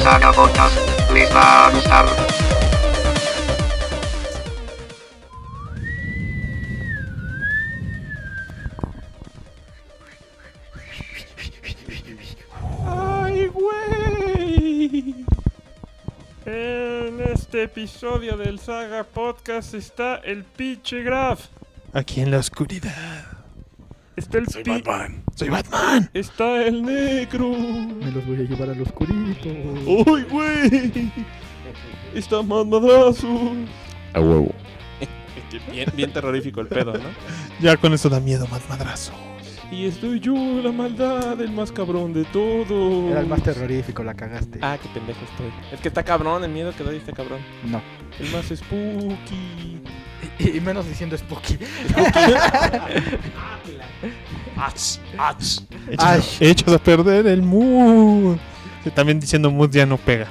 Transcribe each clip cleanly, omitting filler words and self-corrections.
Saga Podcast. Les va a gustar. ¡Ay, güey! En este episodio del Saga Podcast está el pinche Graf. Aquí en la oscuridad. Está el Soy Batman. ¡Soy Batman! Está el negro. Me los voy a llevar al oscurito. ¡Uy, güey! Está más madrazo. A huevo. Bien terrorífico el pedo, ¿no? Ya con eso da miedo, más madrazo. Y estoy yo, la maldad, el más cabrón de todos. Era el más terrorífico, la cagaste. Ah, qué pendejo estoy. Es que está cabrón, el miedo que doy está cabrón. No. El más spooky. Y menos diciendo spooky. Hechos a perder el mood. Sí, también diciendo mood ya no pega.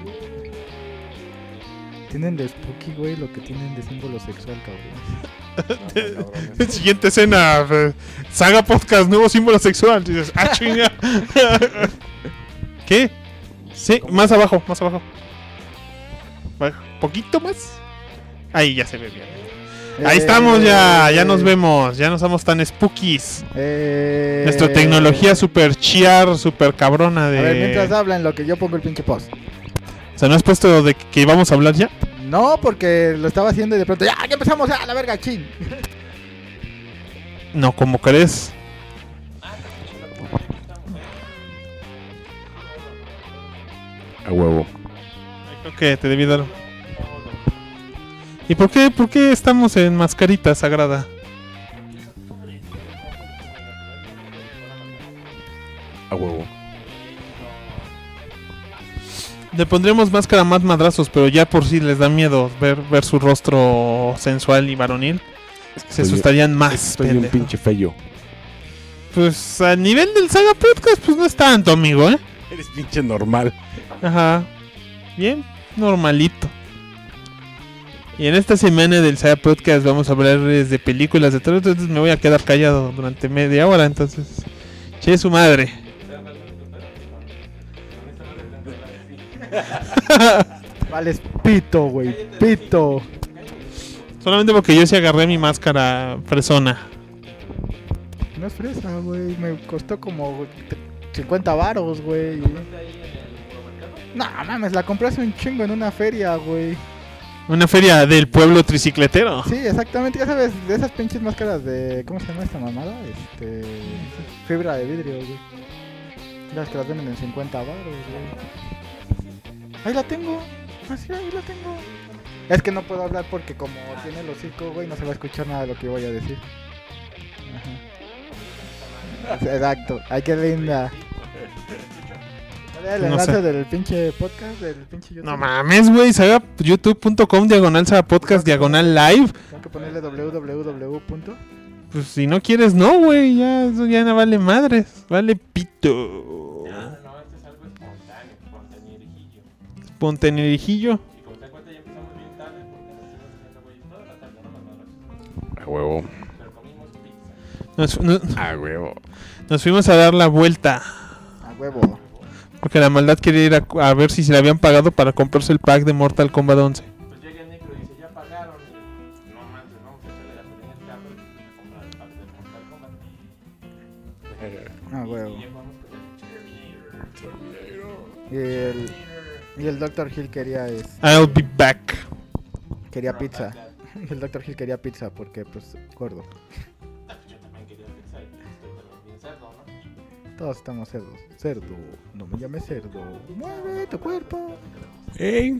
Tienen de spooky, güey, lo que tienen de símbolo sexual, cabrón. Siguiente escena. Saga Podcast, nuevo símbolo sexual. Dices, ah, chinga. ¿Qué? Sí, más abajo, más abajo. Poquito más. Ahí ya se ve bien. Ahí estamos ya nos vemos, ya no somos tan spookies. Nuestra tecnología super chiar, super cabrona de... A ver, mientras hablan lo que yo pongo el pinche post. O sea, ¿no has puesto de que íbamos a hablar ya? No, porque lo estaba haciendo y de pronto ya empezamos, a la verga, chin. No, ¿cómo crees? A huevo. Creo que te debí dar... ¿Y por qué estamos en mascarita sagrada? A huevo. Le pondremos máscara más madrazos, pero ya por sí les da miedo ver su rostro sensual y varonil. Se asustarían más. Estoy un pinche feo. Pues a nivel del Saga Podcast, pues no es tanto, amigo, ¿eh? Eres pinche normal. Ajá. Bien, normalito. Y en esta semana del Saga Podcast vamos a hablar de películas de terror, entonces me voy a quedar callado durante media hora, entonces... Che su madre. Vale, pito, güey, pito. Solamente porque yo sí agarré mi máscara fresona. No es fresa, güey, me costó como 50 varos, güey. No, mames, la compré hace un chingo en una feria, güey. Una feria del pueblo tricicletero. Sí, exactamente, ya sabes, de esas pinches máscaras de... ¿Cómo se llama esta mamada? Fibra de vidrio, güey. Las que las venden en 50 baros, güey. Ahí la tengo, así, ahí la tengo. Es que no puedo hablar porque como tiene el hocico, güey, no se va a escuchar nada de lo que voy a decir. Ajá. Exacto, ay, qué linda. El No enlace sé. del pinche podcast, del pinche YouTube. No mames, güey, saga youtube.com/Saga /live. Tengo que ponerle www. Pues si no quieres, no, güey, ya eso ya no vale madres, vale pito. No, esto es algo espontáneo, espontanerijillo. Pontenerijillo. Y como te das cuenta, ya empezamos bien tarde porque nos estuvimos haciendo güey toda la tarde, no más. A huevo. Pero comimos pizza. A huevo. Nos fuimos a dar la vuelta. A huevo. Porque la maldad quería ir a ver si se le habían pagado para comprarse el pack de Mortal Kombat 11. Pues llega el negro y dice, ya pagaron. Y no manches, vamos a echarle gasolina al carro y a comprar el pack de Mortal Kombat. A huevo. Y ya vamos con el Terminator. Y el Dr. Hill quería I'll be back. quería pizza. El Dr. Hill quería pizza porque pues gordo. Yo también quería pizza y estoy también bien cerdo, ¿no? Todos estamos cerdos. Cerdo, no me llames cerdo. Mueve tu cuerpo. Ey.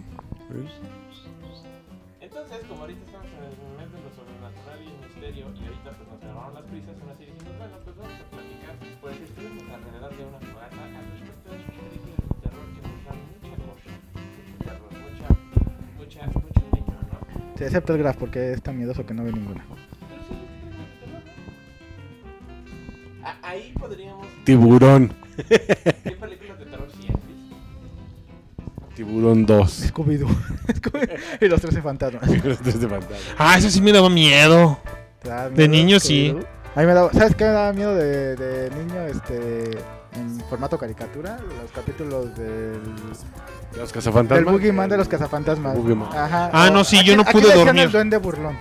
Entonces, como ahorita estamos en el mes de lo sobrenatural y el misterio, y ahorita pues nos agarraron las prisas, aún así dijimos, bueno, pues vamos a platicar. Pues estuvimos alrededor de una fogata al respecto de películas de terror que nos dan mucha cosa. Terror, mucho niño, ¿no? Sí, excepto el Graf porque es tan miedoso que no ve ninguna. Ahí podríamos... Tiburón. ¿Qué películas de terror sí has visto? Tiburón 2. Scooby-Doo. Y los 13 fantasmas. Los tres de pantalla. Ah, eso sí me daba miedo. ¿Te da De miedo niño, Scooby-Doo? A mí me daba, ¿sabes qué me daba miedo de niño? en formato caricatura, los capítulos del Los cazafantasmas. del Boogeyman de los cazafantasmas. Boogeyman. Ajá. Ah, no, sí, yo no aquí pude le decían dormir. el duende burlón.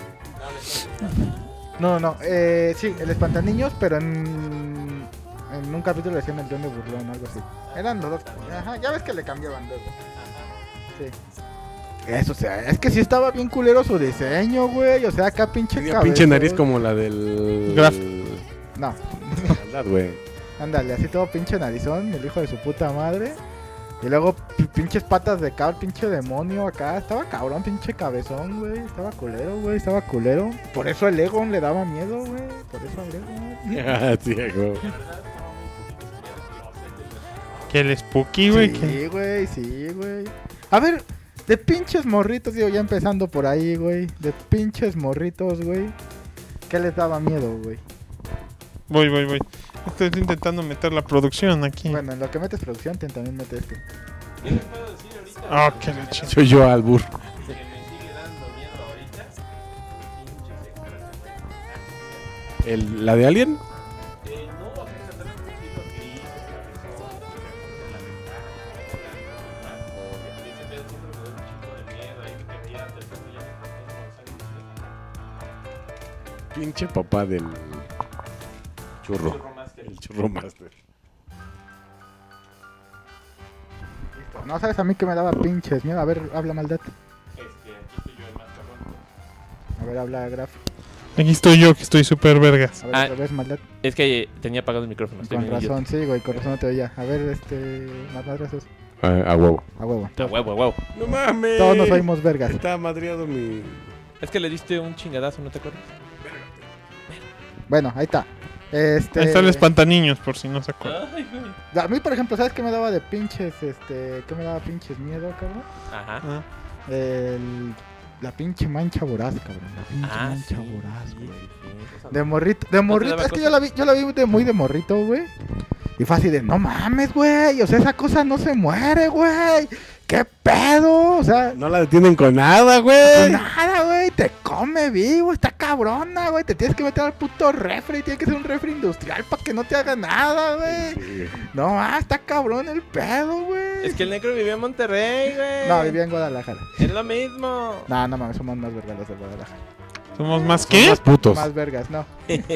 No, sí, el espantaniños, pero en un capítulo le decían el duende burlón, algo así. Eran los dos. Ajá, ya ves que le cambiaban luego. Sí. Eso, o sea, es que sí estaba bien culero su diseño, güey. O sea, acá pinche Tenía cabezón. pinche nariz como la del... Graf. No, Maldad, güey. ándale, así todo pinche narizón, el hijo de su puta madre. Y luego pinches patas de cabra, pinche demonio acá. Estaba cabrón, pinche cabezón, güey. Estaba culero, güey, estaba culero. Por eso el Egon le daba miedo, güey. Por eso al Egon. Ah, sí, güey. Que el Spooky, güey. que- Sí, güey, sí, güey. A ver, de pinches morritos, digo, ya empezando por ahí, güey. De pinches morritos, güey. ¿Qué les daba miedo, güey? Voy. Estoy intentando meter la producción aquí. Bueno, en lo que metes producción, también metes tú. Yo les puedo decir ahorita. Ah, qué la chingada. Soy yo, Albur. Que me sigue dando miedo ahorita. Pinches extraterrestres. ¿La de Alien? No, o sea, extraterrestres tipo gris, cabezón, en la ventana, y ese pedo siempre me da un chingo de miedo. Ahí que veía antes, cuando ya me Pinche papá del churro. Churro Master. El churro master. No sabes a mí que me daba pinches miedo. A ver, habla maldad. Aquí estoy yo, el más cabrón. A ver, habla Graf. Aquí estoy yo, que estoy súper vergas. A ver, Ah, otra vez maldad. Es que tenía apagado el micrófono. estoy Con bien idiota. razón, sí, güey, con razón no te oía. A ver, más madrazos. A huevo. A huevo. A huevo, a huevo. No mames. Todos nos oímos vergas. Está madreado mi... Es que le diste un chingadazo, ¿no te acuerdas? Bueno, ahí está. Ahí está el espantaniños, por si no se acuerdan. Ay, güey. A mí, por ejemplo, ¿sabes qué me daba de pinches, qué me daba pinches miedo, cabrón? Ajá. Ah, La pinche mancha voraz, cabrón. La pinche Ah, mancha sí. voraz, Sí, güey. sí. De morrito, daba es que cosa? yo la vi muy de morrito, güey. Y fue así de, no mames, güey, o sea, esa cosa no se muere, güey. ¿Qué pedo? O sea, No la detienen con nada, pues güey. nada, güey, te come vivo, está cabrona, güey. Te tienes que meter al puto refri, tiene que ser un refri industrial para que no te haga nada, güey. Sí. No, está cabrón el pedo, güey. Es que el negro vivía en Monterrey, güey. No, vivía en Guadalajara. Es lo mismo. No, no mames, somos más vergas los de Guadalajara. ¿Somos más Son qué? más putos. Más vergas, no.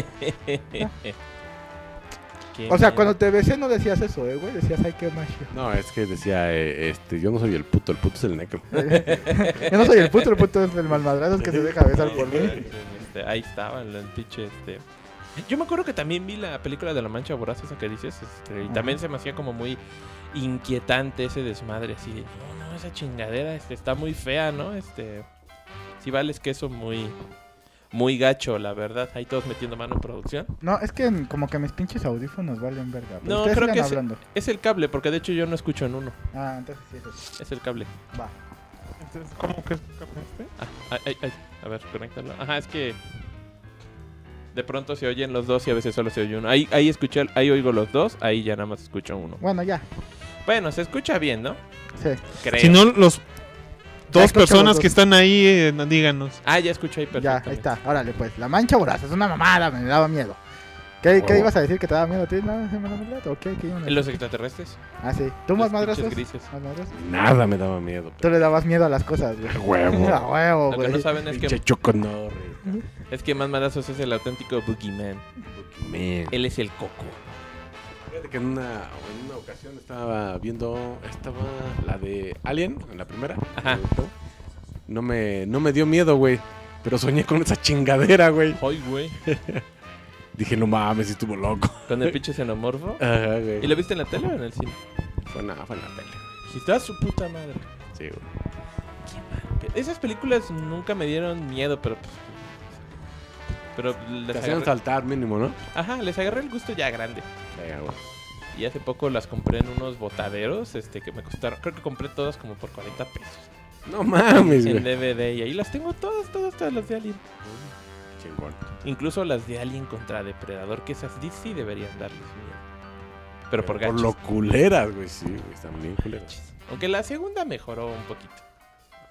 Qué O sea, miedo. cuando te besé no decías eso, güey. Decías, ay, qué macho. No, es que decía, yo no soy el puto es el negro. Yo no soy el puto es el malmadrazo que se deja besar por mí. Ahí estaba el pinche Yo me acuerdo que también vi la película de La Mancha Voraz, esa que dices, y Ajá. también se me hacía como muy inquietante ese desmadre, así de, no, esa chingadera está muy fea, ¿no? Sí vales queso muy gacho, la verdad. Ahí todos metiendo mano en producción. No, es que como que mis pinches audífonos valen verga. Pero No, ustedes creo sigan que hablando. es el cable, porque de hecho yo no escucho en uno. Ah, entonces sí, eso. Es el cable. Va. Entonces, ¿cómo que este? A ver, conéctalo. Ajá, es que de pronto se oyen los dos y a veces solo se oye uno. Ahí oigo los dos, ahí ya nada más escucho uno. Bueno, ya. Bueno, se escucha bien, ¿no? Sí. Creo. Si no, los dos escucho personas los dos. que están ahí, díganos. Ah, ya escucho ahí Ya, perfectamente. ahí está. Órale, pues. La mancha voraz es una mamada, me daba miedo. ¿Qué Huevo. ibas a decir que te daba miedo a ti? ¿No? ¿Se me da miedo? ¿O qué? ¿Qué iban a ¿En los decir? extraterrestres? Ah, sí. ¿Tú Los más madrazos? pinches grises. ¿Más madrazos? Nada me daba miedo. Tú le dabas miedo a las cosas, güey. A huevo. A huevo, Lo que güey. no saben es Pinche que, Choco Norris. Más Madrazos es el auténtico Boogeyman. Man. Él es el coco. Fíjate que en una ocasión estaba viendo la de Alien, en la primera. Ajá. No me dio miedo, güey. Pero soñé con esa chingadera, güey. Ay, güey. Dije, no mames, si estuvo loco. Con el pinche xenomorfo. Ajá, güey. ¿Y lo viste en la tele o en el cine? Fue en la tele. Dijiste, a su puta madre. Sí, güey. Esas películas nunca me dieron miedo, pero Te les hacían agarré, saltar mínimo, ¿no? ajá, les agarré el gusto ya grande. Ya, güey. Y hace poco las compré en unos botaderos, que me costaron, creo que compré todas como por 40 pesos. No mames, En güey. DVD, y ahí las tengo todas las de Alien. Chingón. Incluso las de Alien contra Depredador, que esas sí deberían darles miedo. Pero por Por gachos. lo culeras, güey, sí, güey. Están bien culeras. Aunque la segunda mejoró un poquito.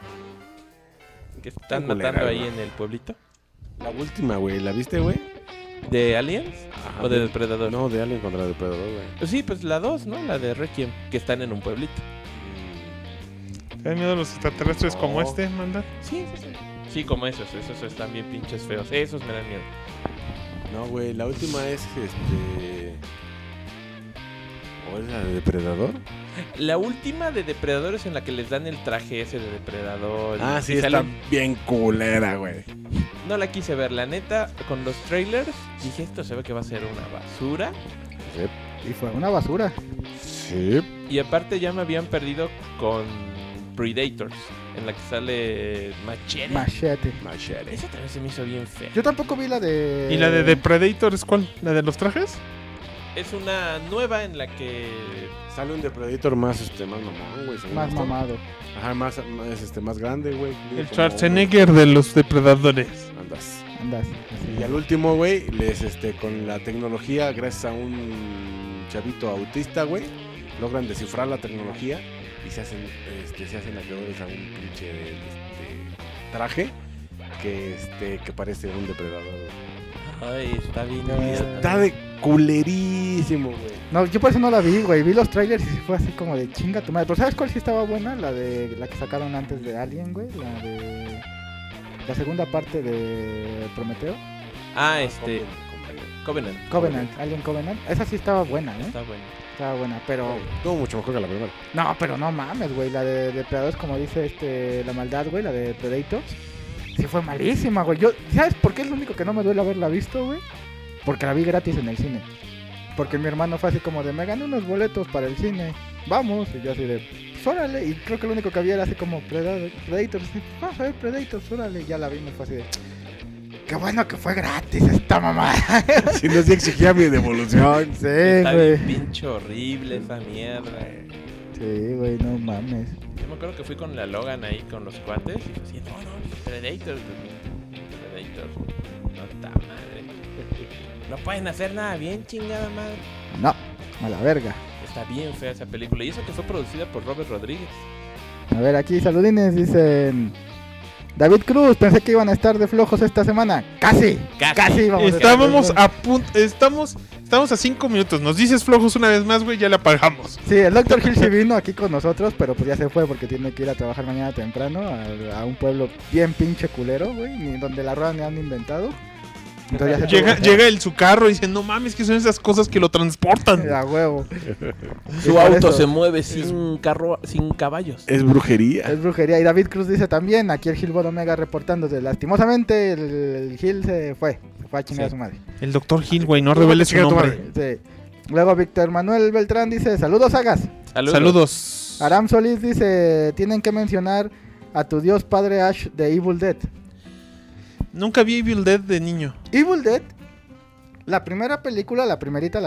Que están Culera, matando ahí güey. en el pueblito. La última, güey, ¿la viste, güey? ¿De Aliens? Ajá, ¿O de Depredador? No, de Alien contra Depredador, güey. Sí, pues la 2, ¿no? La de Requiem, que están en un pueblito. ¿Te dan miedo los extraterrestres como No. este, manda? Sí, sí, sí. Sí, como esos están bien pinches feos. Esos me dan miedo. No, güey, la última es ¿o es la de Depredador? La última de Depredadores en la que les dan el traje ese de Depredador. Ah, y sí, está salen- bien culera, güey. No la quise ver, la neta, con los trailers dije, esto se ve que va a ser una basura. Y fue una basura. Sí. Y aparte ya me habían perdido con Predators, en la que sale Machete. Machete. Machete. Esa también se me hizo bien fea. Yo tampoco vi la de... ¿Y la de Predator es cuál? ¿La de los trajes? Es una nueva en la que... Sale un Depredator más, más mamón, güey. según Más esto. mamado. Ajá, más más grande, güey. El Como- Schwarzenegger de los depredadores. Andas. Andas. así. Y al último, güey, les, con la tecnología, gracias a un chavito autista, güey, logran descifrar la tecnología y se hacen acreedores a un pinche traje que parece un depredador. Güey. Ay, está bien. Está de culerísimo, güey. No, yo por eso no la vi, güey. Vi los trailers y sí fue así como de chinga tu madre. Pero ¿sabes cuál sí estaba buena? La que sacaron antes de Alien, güey. La segunda parte de Prometeo. Ah, Covenant. Covenant, Alien Covenant. Esa sí estaba buena, ¿eh? Está bueno. Estaba buena, pero... Estuvo mucho mejor que la primera. No, pero no mames, güey. La de Depredadores, como dice la maldad, güey. La de Predators. Sí fue malísima, güey. ¿Sabes por qué es lo único que no me duele haberla visto, güey? Porque la vi gratis en el cine. Porque mi hermano fue así como de, me gané unos boletos para el cine. Vamos. Y yo así de, pues órale. Y creo que lo único que había era así como Predators. Así, vamos a ver Predators, órale. Y ya la vi y me fue así de, qué bueno que fue gratis esta mamá. Si no se exigía mi devolución. Sí, Está güey. bien pinche horrible esa mierda. Sí, güey, no mames. Yo me acuerdo que fui con la Logan ahí con los cuates y decía, no, Predators. No está madre. No pueden hacer nada bien, chingada madre. No, a la verga. Está bien fea esa película. Y eso que fue producida por Robert Rodríguez. A ver, aquí saludines, dicen... David Cruz, pensé que iban a estar de flojos esta semana. Casi vamos a estar Estábamos de flojos. a punto. Estamos a 5 minutos. Nos dices flojos una vez más, güey, ya la apagamos. Sí, el Dr. Hill sí vino aquí con nosotros, pero pues ya se fue porque tiene que ir a trabajar mañana temprano a un pueblo bien pinche culero, güey, ni donde la rueda ni han inventado. Entonces ya se Llega en su carro y dice, no mames, que son esas cosas que lo transportan. a huevo. Y Su por auto eso se mueve sin caballos. Es brujería. es brujería. Y David Cruz dice también, aquí el Gilbot Omega reportándose. Lastimosamente el Gil se fue a chingar a su madre. El doctor Hill, güey, no revele su nombre. Sí. Luego Víctor Manuel Beltrán dice, saludos Sagas. Saludos. Aram Solís dice, tienen que mencionar a tu dios padre Ash de Evil Dead. Nunca vi Evil Dead de niño. Evil Dead, la primera película, la primerita,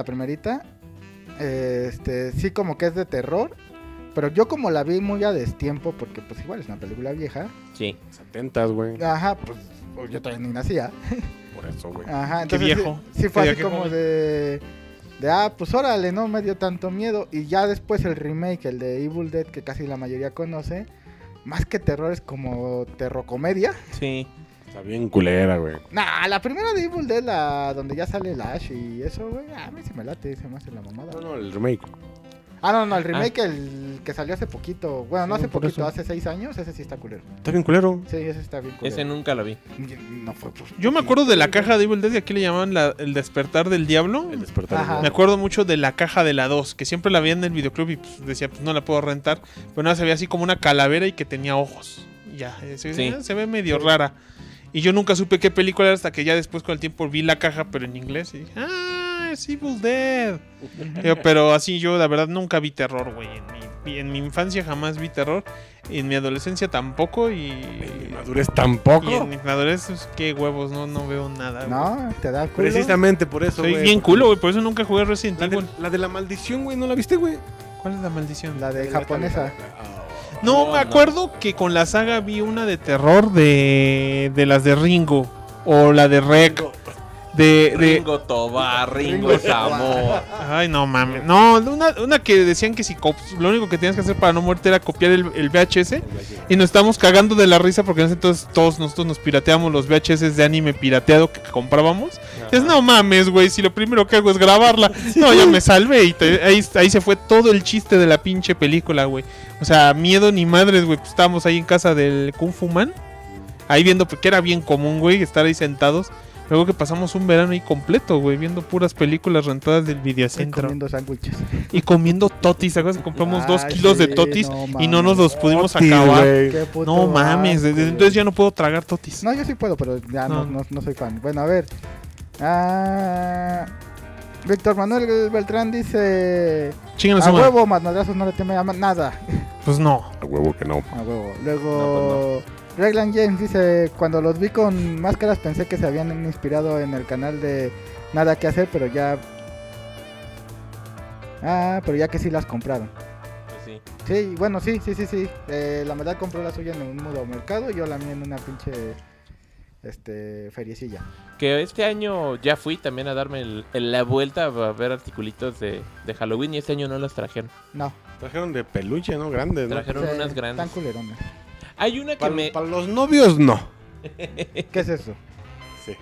sí como que es de terror, pero yo como la vi muy a destiempo, porque pues igual es una película vieja, Sí. 70s, güey. ajá, pues yo todavía ni nacía, Por eso, güey. ajá, Qué entonces viejo. sí fue Qué así como joven. de pues órale, no me dio tanto miedo, y ya después el remake, el de Evil Dead, que casi la mayoría conoce, más que terror es como terrocomedia. Sí. Está bien culera, güey. Nah, la primera de Evil Dead, la donde ya sale el Ash y eso, güey, a mí sí me late, se me hace la mamada. No, el remake. No, el remake, el que salió hace poquito. Bueno, no Sí, hace por poquito, eso. hace 6 años, ese sí está culero. Está bien culero. Sí, ese está bien culero. Ese nunca lo vi. No fue pues, Yo me acuerdo de la caja de Evil Dead, y aquí le llamaban el despertar del diablo. El despertar. Ajá. Me acuerdo mucho de la caja de la 2, que siempre la veía en el videoclub y pues, decía, pues no la puedo rentar. Pero nada, se veía así como una calavera y que tenía ojos. Ya, se ve medio rara. Y yo nunca supe qué película era hasta que ya después con el tiempo vi la caja, pero en inglés. Y dije, es Evil Dead. Pero así yo, la verdad, nunca vi terror, güey. En mi infancia jamás vi terror. En mi adolescencia tampoco. Y Madurez tampoco. en mi adolescencia, pues, qué huevos, no veo nada. güey. No, te da culo. Precisamente por eso, Soy güey. bien culo, güey. Por eso nunca jugué Resident Evil. La de la maldición, güey, ¿no la viste, güey? ¿Cuál es la maldición? La de japonesa. No, me acuerdo que con la saga vi una de terror de las de Ringo. O la de Rec. Ringo Tobar, Ringo es amor. Ay, no mames. No, una que decían que si lo único que tenías que hacer para no muerte era copiar el VHS. Y nos estábamos cagando de la risa porque en ese entonces todos nosotros nos pirateamos los VHS de anime pirateado que comprábamos. Es no mames, güey, si lo primero que hago es grabarla. No, ya me salvé y ahí se fue todo el chiste de la pinche película, güey. O sea, miedo ni madres, güey. Pues estábamos ahí en casa del Kung Fu Man. Ahí viendo, porque era bien común, güey, estar ahí sentados. Luego que pasamos un verano ahí completo, güey, viendo puras películas rentadas del videocentro. Comiendo sándwiches. Y comiendo totis, ¿sabes? Compramos 2 kilos sí, de totis no y no nos los pudimos Totis, acabar. güey. Qué puto No mames, asco, desde entonces ya no puedo tragar totis. No, yo sí puedo, pero ya No. no soy fan. Bueno, a ver. Víctor Manuel Beltrán dice: Chingan a a su madre. huevo, madrazos no le teme a nada. Pues no. A huevo que no. A huevo. Luego, Reglan James dice: cuando los vi con máscaras pensé que se habían inspirado en el canal de Nada que Hacer, pero ya. Pero ya que sí las compraron. Pues sí. Sí, bueno, sí. La verdad compró la suya en un mudo mercado y yo la mía en una pinche feriecilla. Que este año ya fui también a darme la vuelta a ver articulitos de Halloween y este año no las trajeron. No, Trajeron de peluche, ¿no? Grandes, ¿no? Trajeron sí, unas grandes. Tan culeronas. Hay una que Para los novios, no. ¿Qué es eso? Sí.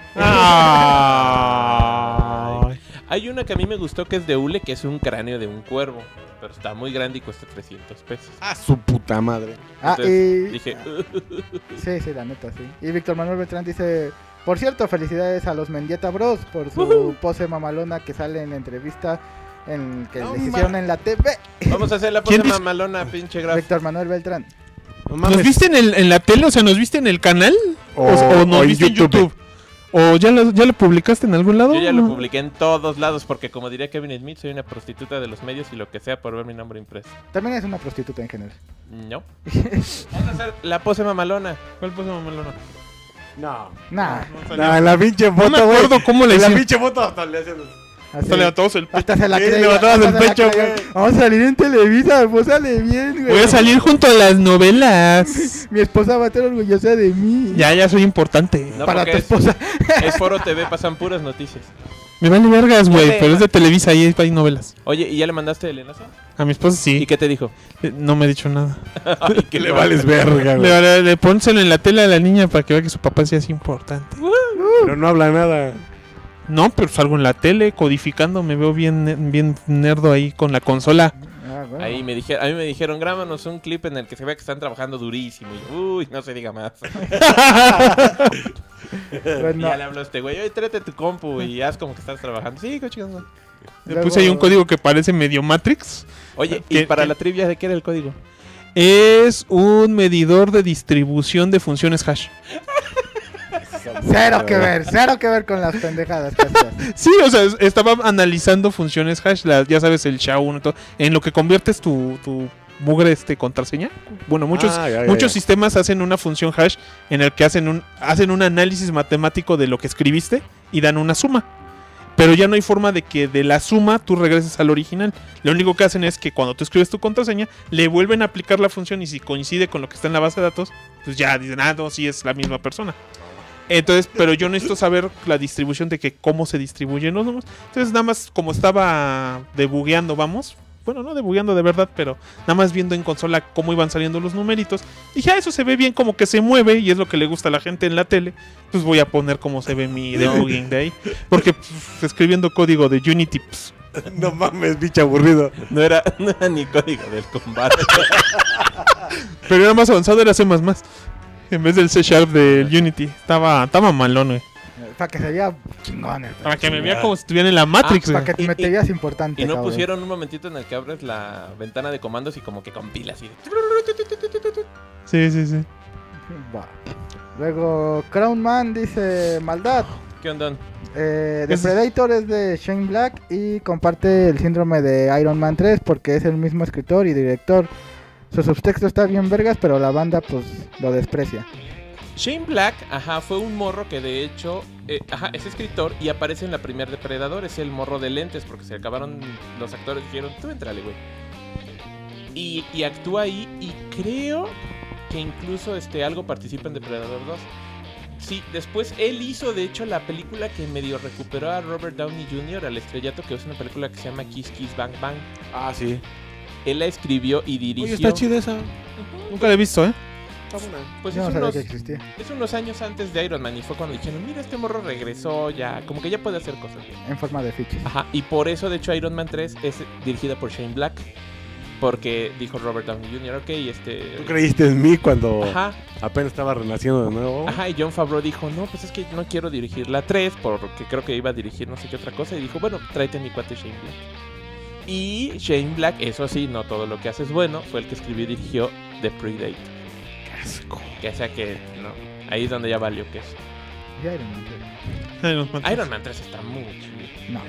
Ay. Hay una que a mí me gustó que es de hule, que es un cráneo de un cuervo. Pero está muy grande y cuesta 300 pesos. A su puta madre. Entonces dije, Sí, la neta, sí. Y Víctor Manuel Beltrán dice: por cierto, felicidades a los Mendieta Bros por su pose mamalona que sale en la entrevista que No les ma- hicieron en la TV. vamos a hacer la ¿Quién pose dice? mamalona, pinche graf. Víctor Manuel Beltrán. No ¿Nos mames. viste en la tele? O sea, ¿nos viste en el canal? ¿O nos en viste en YouTube? ¿O ya lo publicaste en algún lado? Yo ya lo No. publiqué en todos lados porque como diría Kevin Smith, soy una prostituta de los medios y lo que sea por ver mi nombre impreso. También es una prostituta en general. No. Vamos a hacer la pose mamalona. ¿Cuál pose mamalona? No. Nah. No salió. No, en la pinche No me foto, güey. acuerdo cómo le En la hicieron. pinche foto hasta le hacen. Así. Hasta le todos el pecho. Hasta se la Sí, creyó. levantabas el hasta se la pecho, creyó. güey. Vamos a salir en Televisa, pues sale bien, güey. Voy a salir junto a las novelas. Mi esposa va a estar orgullosa de mí. Ya soy importante. No, Para tu porque esposa. es Foro TV, pasan puras noticias. Me vale vergas, güey, Ya sé. pero es de Televisa, ahí hay novelas. Oye, ¿y ya le mandaste el enlace? A mi esposa ¿Y sí. qué te dijo? No me ha dicho nada. Ay, Que le vales verga, güey. Le pónselo en la tele a la niña para que vea que su papá sí es importante. Pero no habla nada. No, pero salgo en la tele codificando, me veo bien nerdo ahí con la consola. Bueno. Ahí a mí me dijeron, grábanos un clip en el que se vea que están trabajando durísimo. Y, uy, no se diga más. Y Bueno, ya le hablo a este güey, oye, tráete tu compu y haz como que estás trabajando. Sí, cochino. Le puse ahí un código que parece medio Matrix. Oye, ¿y ¿Qué- para qué? la trivia de qué era el código? Es un medidor de distribución de funciones hash. cero que ver con las pendejadas que hacías. Sí, o sea, estaba analizando funciones hash, ya sabes, el SHA-1 y todo, en lo que conviertes tu mugre contraseña. Bueno, muchos ya. sistemas hacen una función hash en el que hacen un análisis matemático de lo que escribiste y dan una suma. Pero ya no hay forma de que de la suma tú regreses al original. Lo único que hacen es que cuando tú escribes tu contraseña, le vuelven a aplicar la función y si coincide con lo que está en la base de datos, pues ya dicen, no, sí es la misma persona. Entonces, pero yo necesito saber la distribución de que cómo se distribuyen los números. Entonces, nada más como estaba debugueando, bueno, no debugueando de verdad, pero nada más viendo en consola cómo iban saliendo los numeritos. Dije, eso se ve bien como que se mueve y es lo que le gusta a la gente en la tele. Pues voy a poner cómo se ve mi debugging de ahí. Porque escribiendo código de Unity, pues, No mames, bicho aburrido. No era ni código del combate. pero era más avanzado, era C++. En vez del C# del Unity. Estaba malón, güey. Para que se vea chingón. Para que me vea como si estuviera en la Matrix, Para güey. que me te veas importante. Y no cabrón. pusieron un momentito en el que abres la ventana de comandos y como que compila así. Sí, sí, sí. Va. Luego, Crownman dice: maldad. ¿Qué onda? The Predator es de Shane Black y comparte el síndrome de Iron Man 3 porque es el mismo escritor y director. Su subtexto está bien vergas, pero la banda pues lo desprecia. Shane Black, fue un morro que de hecho, es escritor y aparece en la primer Depredador. Es el morro de lentes porque se acabaron los actores. Dijeron, tú entrale, güey. Y actúa ahí y creo que incluso algo participa en Depredador 2. Sí, después él hizo, de hecho, la película que medio recuperó a Robert Downey Jr. al estrellato, que es una película que se llama Kiss Kiss Bang Bang. Ah, sí. Él la escribió y dirigió. Oye, está chida esa. Nunca la he visto, ¿eh? Está buena. Pues Yo es no sabía unos, que existía. es unos años antes de Iron Man y fue cuando dijeron, mira, este morro regresó ya, como que ya puede hacer cosas bien. En forma de fichas. Ajá, y por eso, de hecho, Iron Man 3 es dirigida por Shane Black. Porque dijo Robert Downey Jr., ok, ¿Tú creíste en mí cuando Ajá, apenas estaba renaciendo de nuevo? ajá, y Jon Favreau dijo, no, pues es que no quiero dirigir la 3 porque creo que iba a dirigir no sé qué otra cosa. Y dijo, bueno, tráete a mi cuate Shane Black. Y Shane Black, eso sí, no todo lo que hace es bueno, fue el que escribió y dirigió The Predate. Que sea que, no, ahí es donde ya valió que eso. Y Iron Man. Iron Man 3 está muy chido. No.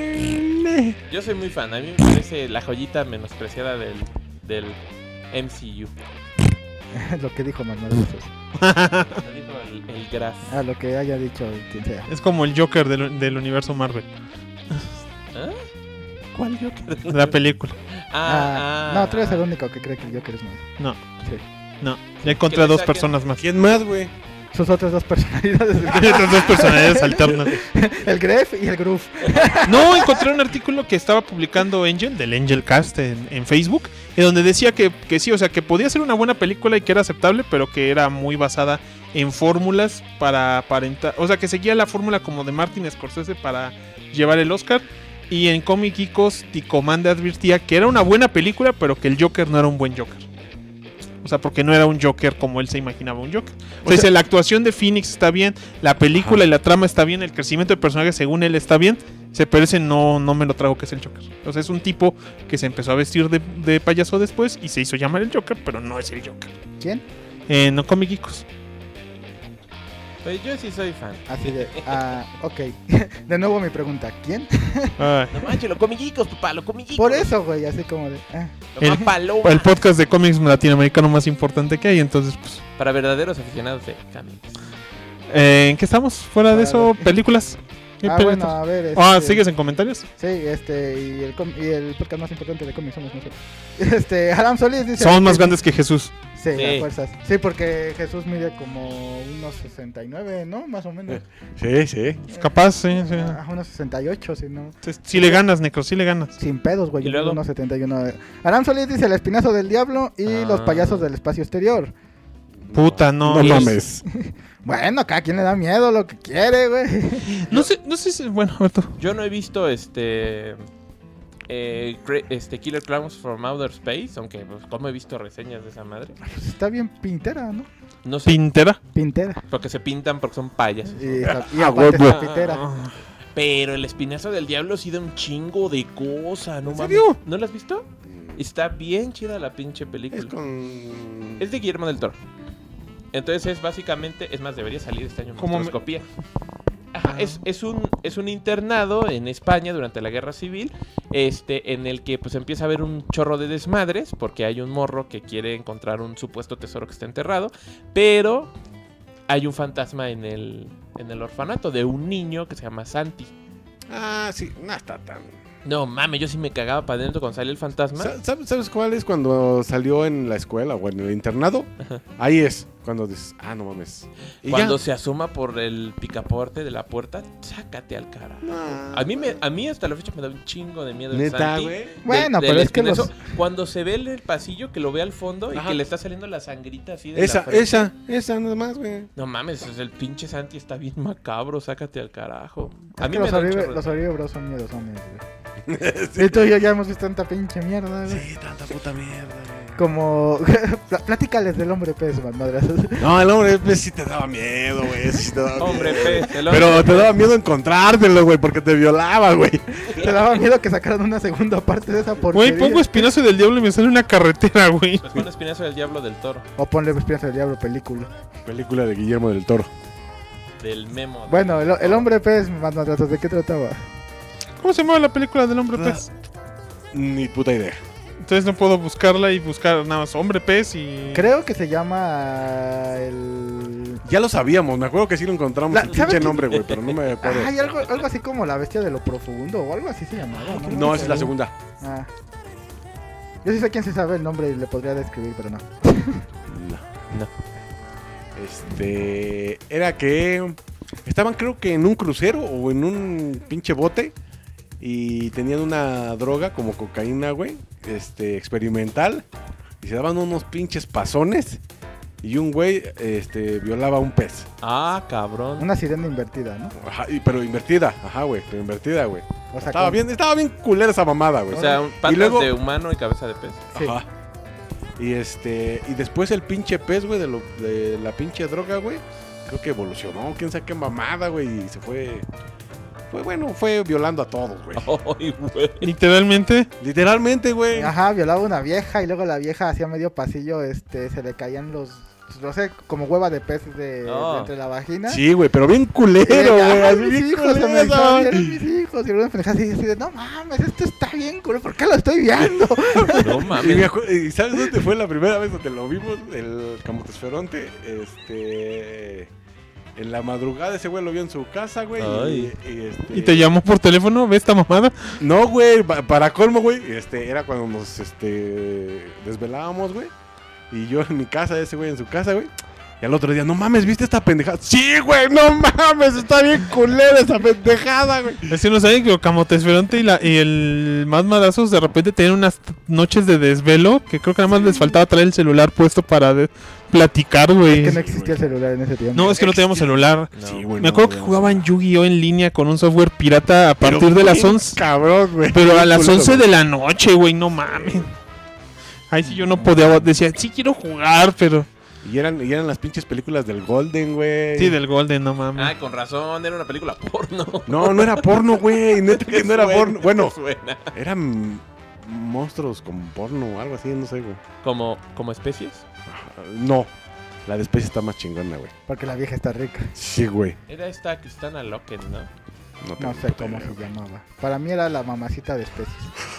Yo soy muy fan, a mí me parece la joyita menospreciada del MCU. Lo que dijo Manuel. Lo dijo el Graf. A lo que haya dicho quien sea. Es como el Joker del universo Marvel. ¿Ah? ¿Cuál Joker? La película. No, tú eres el único que cree que el Joker es malo. No, Sí. no. Ya encontré Que a le dos saquen- personas más. ¿Quién más, güey? Sus otras dos personalidades. Otras dos personalidades alternas. El Gref y el Groove. No, encontré un artículo que estaba publicando Angel, del Angel Cast en Facebook, en donde decía que sí, o sea, que podía ser una buena película y que era aceptable, pero que era muy basada en fórmulas para aparentar, o sea, que seguía la fórmula como de Martin Scorsese para llevar el Oscar. Y en Comic Geekos, Ticomande advirtía que era una buena película, pero que el Joker no era un buen Joker. O sea, porque no era un Joker como él se imaginaba un Joker. O sea, dice, la actuación de Phoenix está bien, la película y la trama está bien, el crecimiento del personaje según él está bien, pero ese no me lo trago que es el Joker. O sea, es un tipo que se empezó a vestir de payaso después y se hizo llamar el Joker, pero no es el Joker. ¿Quién? No Comic Geekos. Pues yo sí soy fan. Así de. Ok. De nuevo mi pregunta. ¿Quién? Ay, No manches, lo comiguicos, papá, lo comiguicos. Por eso, güey. Así como de. Lo más paloma. el podcast de cómics latinoamericano más importante que hay, entonces, pues... Para verdaderos aficionados de cómics. ¿En qué estamos? Fuera de eso, películas. ¿Qué Bueno, películas? a ver. ¿Sigues en comentarios? Sí, y el podcast más importante de cómics somos nosotros. Aram Solís dice. Somos más grandes que Jesús. Sí, Sí. a fuerzas. Sí, porque Jesús mide como unos 69, ¿no? Más o menos. Sí, sí. Capaz, sí. Unos 68, si no. Si le ganas, Necro, si le ganas. Sin pedos, güey. ¿Y Yo luego? mido unos 71. Aram Solís dice el espinazo del diablo y los Ah. payasos del espacio exterior. Puta, no. No y es- mames. Bueno, cada quien le da miedo lo que quiere, güey. No sé si... Bueno, a ver tú. Yo no he visto Killer Clowns from Outer Space, aunque pues, como he visto reseñas de esa madre. Pues está bien pintera, ¿no? No sé, Pintera. Pintera. porque se pintan porque son payasos. Y Ah, aparte huevo. está pintera. Pero el espinazo del diablo sí da un chingo de cosa, no ¿En mames. serio? ¿No lo has visto? Está bien chida la pinche película. Es con... Es de Guillermo del Toro. Entonces es básicamente, es más, debería salir este año en ¿Cómo me- Monstroscopía. Ajá, es un internado en España durante la Guerra Civil, en el que pues empieza a haber un chorro de desmadres, porque hay un morro que quiere encontrar un supuesto tesoro que está enterrado, pero hay un fantasma en el orfanato de un niño que se llama Santi. Ah, sí. No está tan... No mames, yo sí me cagaba para adentro cuando sale el fantasma. ¿Sabes cuál es cuando salió en la escuela o en el internado? Ajá. Ahí es. Cuando dices, no mames. Y Cuando ya. se asoma por el picaporte de la puerta, sácate al carajo. No. A mí hasta la fecha me da un chingo de miedo el Neta, Santi. güey. Bueno, Del pero es que espinazo. los... Cuando se ve el pasillo, que lo ve al fondo y Ajá. que le está saliendo la sangrita así de la Esa, frente. esa nada más, güey. No mames, el pinche Santi está bien macabro, sácate al carajo. A Es mí que me los, da un chorro de- los Oribros son miedosones, güey. Y tú y yo ya hemos visto tanta pinche mierda, güey. Sí, tanta puta mierda, güey. Como... Platícales del hombre pez, madrazos. No, el hombre pez sí te daba miedo, güey. ese sí te daba Hombre miedo. pez, el hombre Pero te daba miedo encontrártelo, güey, porque te violaba, güey. Te daba miedo que sacaran una segunda parte de esa porquería. Güey, pongo espinazo del diablo y me sale una carretera, güey. Pues pon espinazo del diablo del toro, O ponle Espinazo del Diablo, película. Película de Guillermo del Toro. del memo. Bueno, el hombre pez, madrazos, ¿de qué trataba? ¿Cómo se llama la película del hombre Ah. pez? Ni puta idea. Entonces no puedo buscarla y buscar nada más hombre pez y... Creo que se llama el... Ya lo sabíamos, me acuerdo que sí lo encontramos el ¿sabes pinche qué? nombre, güey, pero no me acuerdo. Ay, algo así como la bestia de lo profundo o algo así se llamaba. No, esa es la segunda. Ah. Yo sí sé quién se sabe el nombre y le podría describir, pero no. No. Era que estaban creo que en un crucero o en un pinche bote y tenían una droga como cocaína, güey, experimental, y se daban unos pinches pasones y un güey violaba a un pez. Ah, cabrón. Una sirena invertida, ¿no? Ajá, pero invertida, güey, pero invertida, güey. O sea, Estaba bien culera esa mamada, güey. O sea, patas luego- de humano y cabeza de pez. Sí. Ajá. Y después el pinche pez, güey, de la pinche droga, güey, creo que evolucionó, quién sabe qué mamada, güey, y se fue violando a todos, güey. Ay, güey. Literalmente. Literalmente, güey. Ajá, violaba a una vieja y luego la vieja hacía medio pasillo, se le caían los, no sé, como hueva de pez de entre la vagina. Sí, güey, pero bien culero, güey. Ay, así mis bien hijos, se me culero. salieron mis hijos. Y una pendeja así de, no mames, esto está bien culero, ¿por qué lo estoy viendo? No Y, mames. ¿y sabes dónde fue la primera vez donde lo vimos? El Camotesferonte, en la madrugada ese güey lo vio en su casa, güey. Ay. Y te llamó por teléfono, ¿ves esta mamada? No, güey, para colmo, güey, era cuando nos, desvelábamos, güey. Y yo en mi casa, ese güey en su casa, güey. Y al otro día, no mames, ¿viste esta pendejada? Sí, güey, no mames, está bien culera esa pendejada, güey. Es que no saben que Camotesferonte y el más madazos de repente tienen unas noches de desvelo que creo que nada más les faltaba traer el celular puesto para platicar, güey. Que no existía el celular en ese tiempo. No, es que no teníamos celular. No. Sí, güey, Me no, acuerdo que güey, jugaban Yu-Gi-Oh en línea con un software pirata a Pero partir de las bien 11. Cabrón, güey. Pero a Bien las culero, 11 güey. de la noche, güey, no mames. Ahí sí yo no podía, decía, sí quiero jugar, pero... Y eran las pinches películas del Golden, güey. Sí, del Golden, no mames. Ay, con razón, era una película porno. No era porno, güey. Neta que no era Suena, porno. Bueno, suena. eran monstruos con porno o algo así, no sé, güey. ¿Como especies? No, la de especie está más chingona, güey. Porque la vieja está rica. Sí, güey. Era esta Cristana Locken, ¿no? No tengo sé puta cómo idea, se güey. llamaba. Para mí era la mamacita de especies.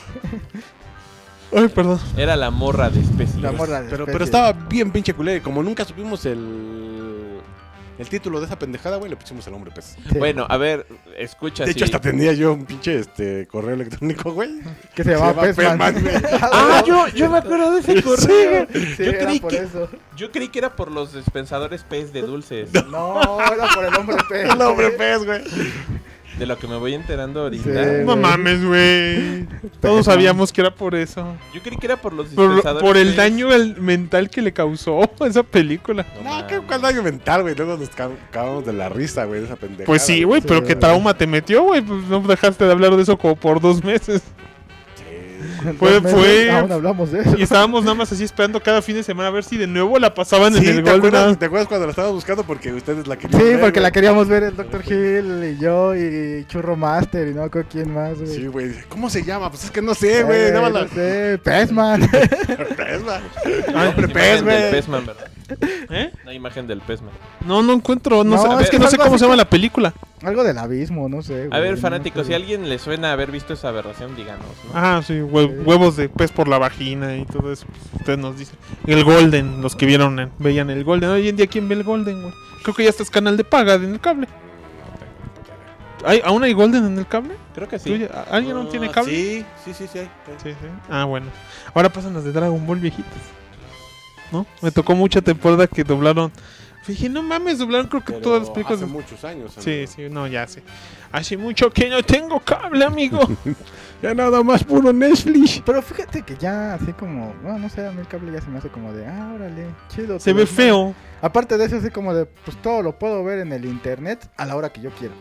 Ay, perdón. Era la morra de especies. La morra de Pero especies. estaba bien pinche culero. Y como nunca supimos el título de esa pendejada, güey, le pusimos el hombre pez. Sí. Bueno, a ver, escucha. De hecho, sí. hasta tenía yo un pinche correo electrónico, güey. Que se llamaba Se llama Pezman. Pezman, güey. Ah, yo me acuerdo de ese correo. Sí, Yo era creí por que- eso. Yo creí que era por los dispensadores pez de dulces. No, era por el hombre pez. El hombre pez, güey. De lo que me voy enterando ahorita. Sí. No mames, güey. Todos sabíamos que era por eso. Yo creí que era por los dispensadores Por el pez. daño mental que le causó a esa película. No, No, qué mames. cuál daño mental, güey. Luego nos cagamos de la risa, güey, de esa pendejada. Pues sí, güey, pero qué trauma te metió, güey. Pues no dejaste de hablar de eso como por 2 meses. Sí. Fue- Aún hablamos de eso. Y estábamos nada más así esperando cada fin de semana a ver si de nuevo la pasaban en Sí, el ¿te Golden. acuerdas cuando la estábamos buscando? Porque ustedes la querían Sí, ver, porque la güey. queríamos ver el Dr. Hill y yo y Churro Master y no me acuerdo quién más, güey. Sí, güey. ¿Cómo se llama? Pues es que no sé, güey. Nada más no la... sé, Pezman. Pezman. Ay, Hombre imagen pez, del güey. Pezman, ¿verdad? ¿Eh? La imagen del Pezman. No encuentro. No, No, sé, es es que que no sé algo cómo así se llama como- la película. Algo del abismo, no sé. A güey, ver, no fanáticos, si sé. a alguien le suena haber visto esa aberración, díganos, ¿no? Ah, sí, huevos de pez por la vagina y todo eso. Pues, ustedes nos dicen. El Golden, los que veían el Golden. Hoy en día, ¿quién ve el Golden, güey? Creo que ya está es canal de paga en el cable. ¿Aún hay Golden en el cable? Creo que ¿Tú sí. ya- ¿Alguien no tiene cable? Sí. hay. Sí. Ah, bueno. Ahora pasan las de Dragon Ball viejitas. ¿No? Me tocó mucha temporada que doblaron. Dije, no mames, doblaron creo que Pero todas las películas. hace muchos años. Sí, amigo. sí, no, ya sé. Hace mucho que no tengo cable, amigo. Ya nada más puro Netflix. Pero fíjate que ya así como, bueno, no sé, a mí el cable ya se me hace como de, órale, chido. Se ve feo. Aparte de eso, así como de, pues todo lo puedo ver en el internet a la hora que yo quiero.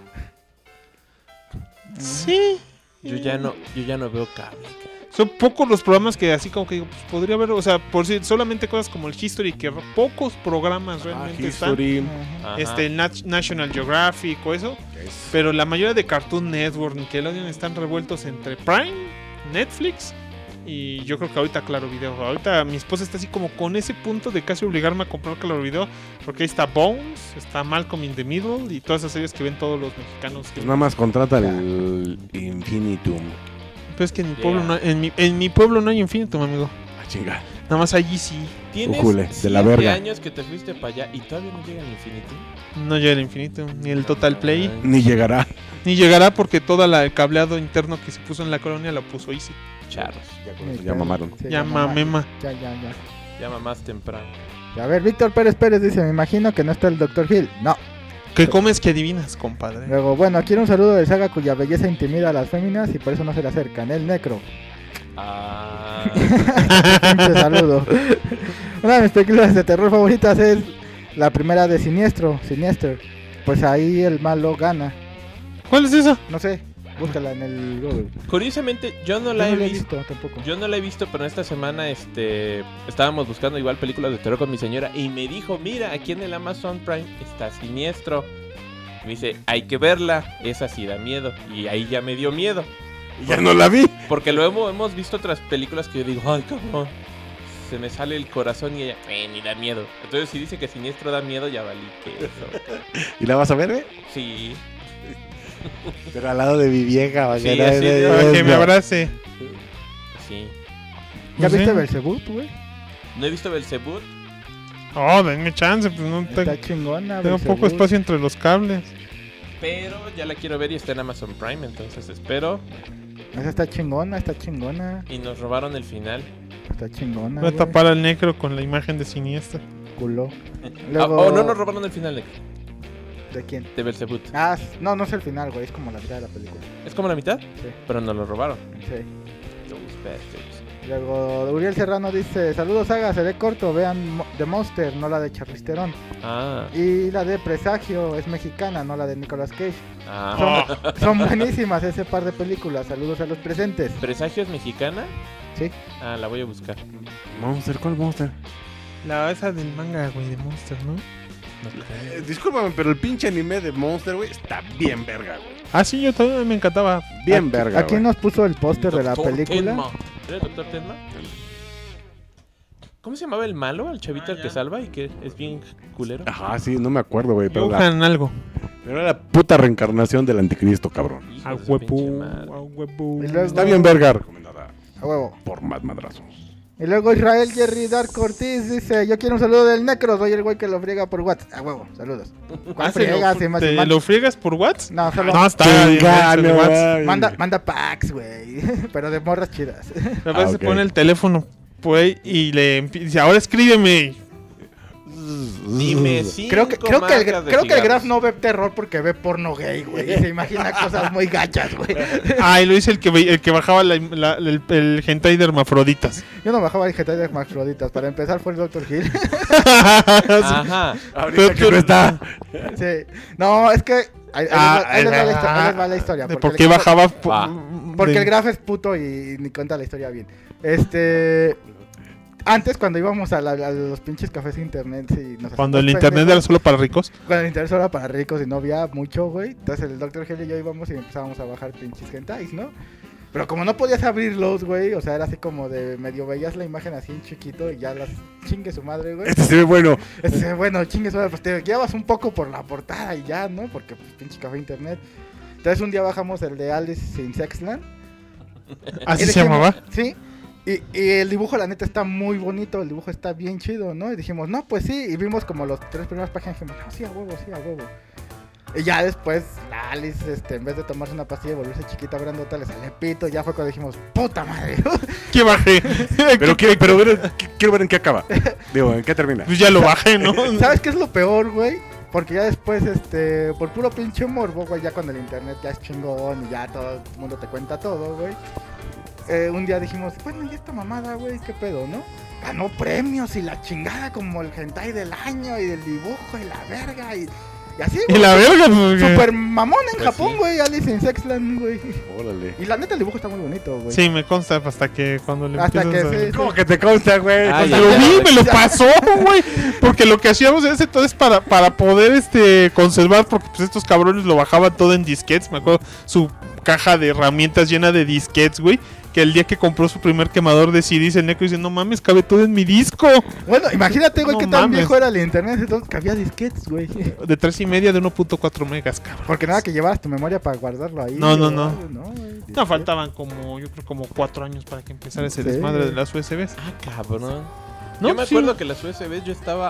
Sí. Yo ya no veo cable. Son pocos los programas que así como que digo, pues podría haber, o sea, por si solamente cosas como el History, que pocos programas realmente están. History. Ajá. Ajá. El National Geographic o eso. Pero la mayoría de Cartoon Network, Nickelodeon están revueltos entre Prime, Netflix y yo creo que ahorita Claro Video. Ahorita mi esposa está así como con ese punto de casi obligarme a comprar Claro Video porque ahí está Bones, está Malcolm in the Middle y todas esas series que ven todos los mexicanos. Pues nada más contrata el Infinitum. Pero es que en mi pueblo no, en mi pueblo no hay Infinitum, amigo. Ah, chinga. Nada más allí sí. Tienes Ujule, de la 7 verga. años que te fuiste para allá y todavía no llega el infinito. No llega el Infinitum, ni el Total Play, Ni llegará. ni llegará porque toda el cableado interno que se puso en la colonia lo puso Easy. Charros. Ya mamaron. Sí, Ya mamaron. mamema. Ya. Llama más temprano. A ver, Víctor Pérez Pérez dice, me imagino que no está el Dr. Hill. No. ¿Qué comes que adivinas, compadre? Luego, bueno, quiero un saludo de Saga cuya belleza intimida a las féminas y por eso no se le acercan. El Necro. Ah, Pinche saludo. Una de mis películas de terror favoritas es la primera de Sinister. Pues ahí el malo gana. ¿Cuál es esa? No sé, búscala en el Google. curiosamente, yo no Yo la he no visto. tampoco. Yo no la he visto, pero esta semana estábamos buscando igual películas de terror con mi señora y me dijo, mira, aquí en el Amazon Prime está Siniestro. Me dice, hay que verla, esa sí da miedo. Y ahí ya me dio miedo. Ya no la vi. Porque luego hemos visto otras películas que yo digo, ay, cabrón, se me sale el corazón y ella, ni da miedo. Entonces si dice que Siniestro da miedo, ya valí que eso. ¿Y la vas a ver, güey? Sí. Pero al lado de mi vieja, va Sí, así de- Para que me abrace. Sí. ¿Ya No sé. viste Belzebut, güey? No he visto Belzebut. Oh, denme chance, pues no tengo, Está chingona. tengo Belzebut. poco espacio entre los cables. Pero ya la quiero ver y está en Amazon Prime, entonces espero. Esa está chingona. Y nos robaron el final. Está chingona. Voy a güey. tapar al Necro con la imagen de Siniestra. Culo. Ah, Luego- oh, no nos robaron el final ¿De quién? de Belzebut. Ah, no es el final, güey. Es como la mitad de la película. ¿Es como la mitad? Sí, Pero nos lo robaron. sí. Those bastards. Luego Uriel Serrano dice, saludos Saga, seré corto, vean The Monster, no la de Charlize Theron. Ah. Y la de Presagio es mexicana, no la de Nicolas Cage. Ah. Son buenísimas ese par de películas, saludos a los presentes. ¿Presagio es mexicana? Sí. Ah, la voy a buscar. Monster, ¿cuál Monster? La esa del manga, güey, de Monster, ¿no? Discúlpame, pero el pinche anime de Monster, güey, está bien verga, güey. Ah, sí, yo también me encantaba. Bien verga, Aquí güey. nos puso el póster de la Doctor película. Tenma. ¿Era el Doctor Tenma? ¿Cómo se llamaba el malo? El chavito al que salva y que es bien culero. Ajá, sí, no me acuerdo, güey, pero Johan algo. era la puta reencarnación del anticristo, cabrón. Hijo A de su pinche huevo, madre. a huevo. Y luego- Está bien verga, recomendada A huevo. por más madrazos. Y luego Israel Jerry Dark Ortiz dice, yo quiero un saludo del Necro, soy el güey que lo friega por WhatsApp. A huevo, saludos. ¿Cuál Ah, friega? Si me- ¿Te man- lo friegas por WhatsApp? No, solo No, está Chinga, bien, no, WhatsApp. güey. manda packs, güey. Pero de morras chidas. A veces ok. pone el teléfono, güey, y le dice, ahora escríbeme. Dime Creo que el cigarros. Graf no ve terror porque ve porno gay, güey. Y se imagina cosas muy gachas, güey. Ah, y lo dice el que bajaba el hentai de hermafroditas. Yo no bajaba el GTA de Hermafroditas. Para empezar fue el Dr. Hill. Ajá. Ahorita que no está. Sí. No, es que... Ahí les va la historia. ¿De por qué bajaba? Porque de- el Graf es puto y ni cuenta la historia bien. Antes, cuando íbamos a los pinches cafés de internet, sí, nos Cuando el hacíamos internet era pendejos. solo para ricos. Cuando el internet solo era para ricos y no había mucho, güey. Entonces el Dr. Hill y yo íbamos y empezábamos a bajar pinches hentais, ¿no? Pero como no podías abrirlos, güey, o sea, era así como de medio veías la imagen así en chiquito y ya las chingue su madre, güey. Este se ve bueno. Bueno, chingue su madre, pues te guiabas un poco por la portada y ya, ¿no? Porque pues pinche café de internet. Entonces un día bajamos el de Alice in Sexland. Así Y se dijimos, llamaba. Sí. Y el dibujo, la neta, está muy bonito. El dibujo está bien chido, ¿no? Y dijimos, no, pues sí. Y vimos como los 3 primeras páginas. Y dijimos, no, sí, a huevo, sí, a huevo. Y ya después, la Alice, en vez de tomarse una pastilla y volverse chiquita grandota, le sale pito. Ya fue cuando dijimos, puta madre. ¿Qué bajé? Pero quiero ver en qué acaba. Digo, en qué termina. Pues ya lo bajé, ¿no? ¿Sabes qué es lo peor, güey? Porque ya después, por puro pinche morbo, güey, ya cuando el internet ya es chingón y ya todo el mundo te cuenta todo, güey. Un día dijimos, bueno, y esta mamada, güey, qué pedo, ¿no? Ganó premios y la chingada como el hentai del año y del dibujo y la verga y así, Y güey. la verga, pues, Super mamón en Pues Japón, sí. güey, Alice in Sexland, güey. Órale. Y la neta el dibujo está muy bonito, güey. Sí, me consta hasta que cuando le Hasta que empiezas a... sí. ¿Cómo que te consta, güey? Ah, Pues ya, lo ya, vi, ya. me lo pasó, güey. Porque lo que hacíamos en ese entonces para poder conservar, porque pues estos cabrones lo bajaban todo en disquetes. Me acuerdo su caja de herramientas llena de disquetes, güey. Que el día que compró su primer quemador de CDs, el Necro dice, no mames, cabe todo en mi disco. Bueno, imagínate, güey, No qué tan mames. viejo era el internet entonces que había disquetes, güey. De 3.5 de 1.4 megas, cabrón. Porque nada que llevaras tu memoria para guardarlo ahí. No, no, o no. algo, no, güey. No, faltaban yo creo como 4 años para que empezara ese Sí. desmadre de las USBs. Ah, cabrón. No, Yo me sí. acuerdo que las USBs yo estaba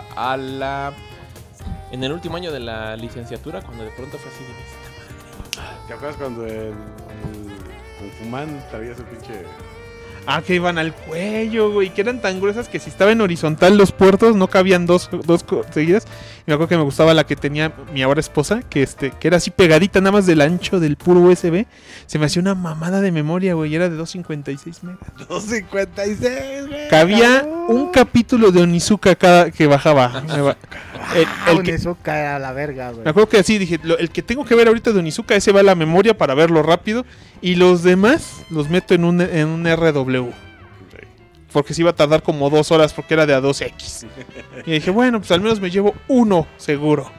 en el último año de la licenciatura cuando de pronto fue así de esta madre. ¿Te acuerdas cuando el Kung Fu Man traía su pinche... Ah, que iban al cuello, güey. Que eran tan gruesas que si estaba en horizontal los puertos no cabían dos seguidas. Y me acuerdo que me gustaba la que tenía mi ahora esposa, que era así pegadita nada más del ancho del puro USB. Se me hacía una mamada de memoria, güey. Y era de 256 megas. 256, güey. Cabía un capítulo de Onizuka cada que bajaba. El que, Onizuka era la verga, güey. me acuerdo que así dije, el que tengo que ver ahorita de Onizuka, ese va a la memoria para verlo rápido. Y los demás los meto en un RW. Porque se iba a tardar como 2 horas porque era de a 2X. Y dije, bueno, pues al menos me llevo uno seguro.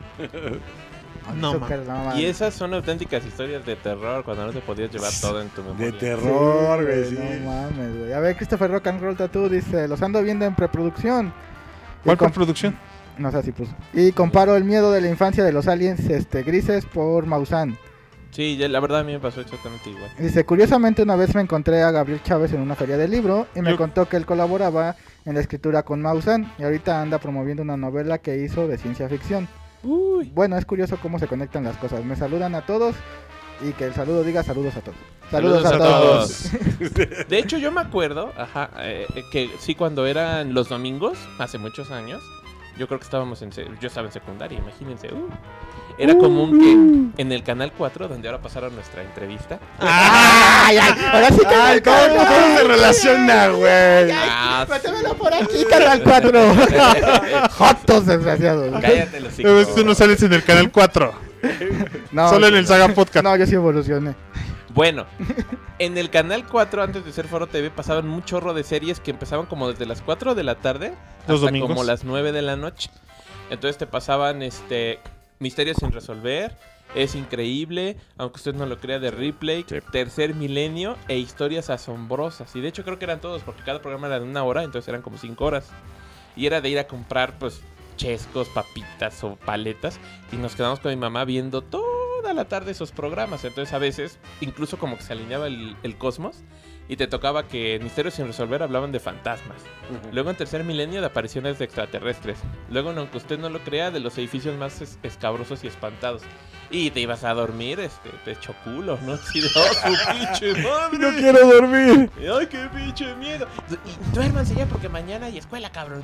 No, Onizuka man. era la mamada. Y esas son auténticas historias de terror cuando no te podías llevar todo en tu memoria. De terror, güey, Sí, sí. No mames, güey. A ver, Christopher Rock and Roll Tattoo dice, los ando viendo en preproducción. ¿Cuál Y com- producción? No sé si puso. Y comparo el miedo de la infancia de los aliens grises por Maussan. Sí, la verdad a mí me pasó exactamente igual. Dice, curiosamente una vez me encontré a Gabriel Chávez en una feria de libro y me Yo- contó que él colaboraba en la escritura con Maussan y ahorita anda promoviendo una novela que hizo de ciencia ficción. Uy. Bueno, es curioso cómo se conectan las cosas. Me saludan a todos y que el saludo diga saludos a todos. Saludos a todos. De hecho, yo me acuerdo, que sí, cuando eran los domingos, hace muchos años, yo creo que yo estaba en secundaria, imagínense. Era común que en el Canal 4, donde ahora pasaron nuestra entrevista. ¡Ay, ay! Ahora sí que Ay, ¿cómo se relaciona, güey? métemelo por aquí, Canal 4. Jotos desgraciados. Cállate los Pero tú no sales en el canal 4. No, Solo en el Saga Podcast. No, yo sí evolucioné. Bueno, en el Canal 4, antes de ser Foro TV, pasaban un chorro de series que empezaban como desde las 4 de la tarde Los hasta domingos. como las 9 de la noche. Entonces te pasaban Misterios sin resolver, Es Increíble, aunque usted no lo crea, de Ripley, Tercer Milenio e Historias Asombrosas. Y de hecho creo que eran todos, porque cada programa era de 1 hora, entonces eran como 5 horas. Y era de ir a comprar, pues, chescos, papitas o paletas. Y nos quedamos con mi mamá viendo toda la tarde esos programas. Entonces a veces, incluso como que se alineaba el cosmos. Y te tocaba que en Misterios sin resolver hablaban de fantasmas. Luego en Tercer Milenio de apariciones de extraterrestres. Luego, aunque usted no lo crea, de los edificios más escabrosos y espantados. Y te ibas a dormir, de hecho culo, ¿no? Así de, ¡oh, su pinche madre! No quiero dormir. ¡Ay, qué pinche miedo! Y duérmanse ya porque mañana hay escuela, cabrón.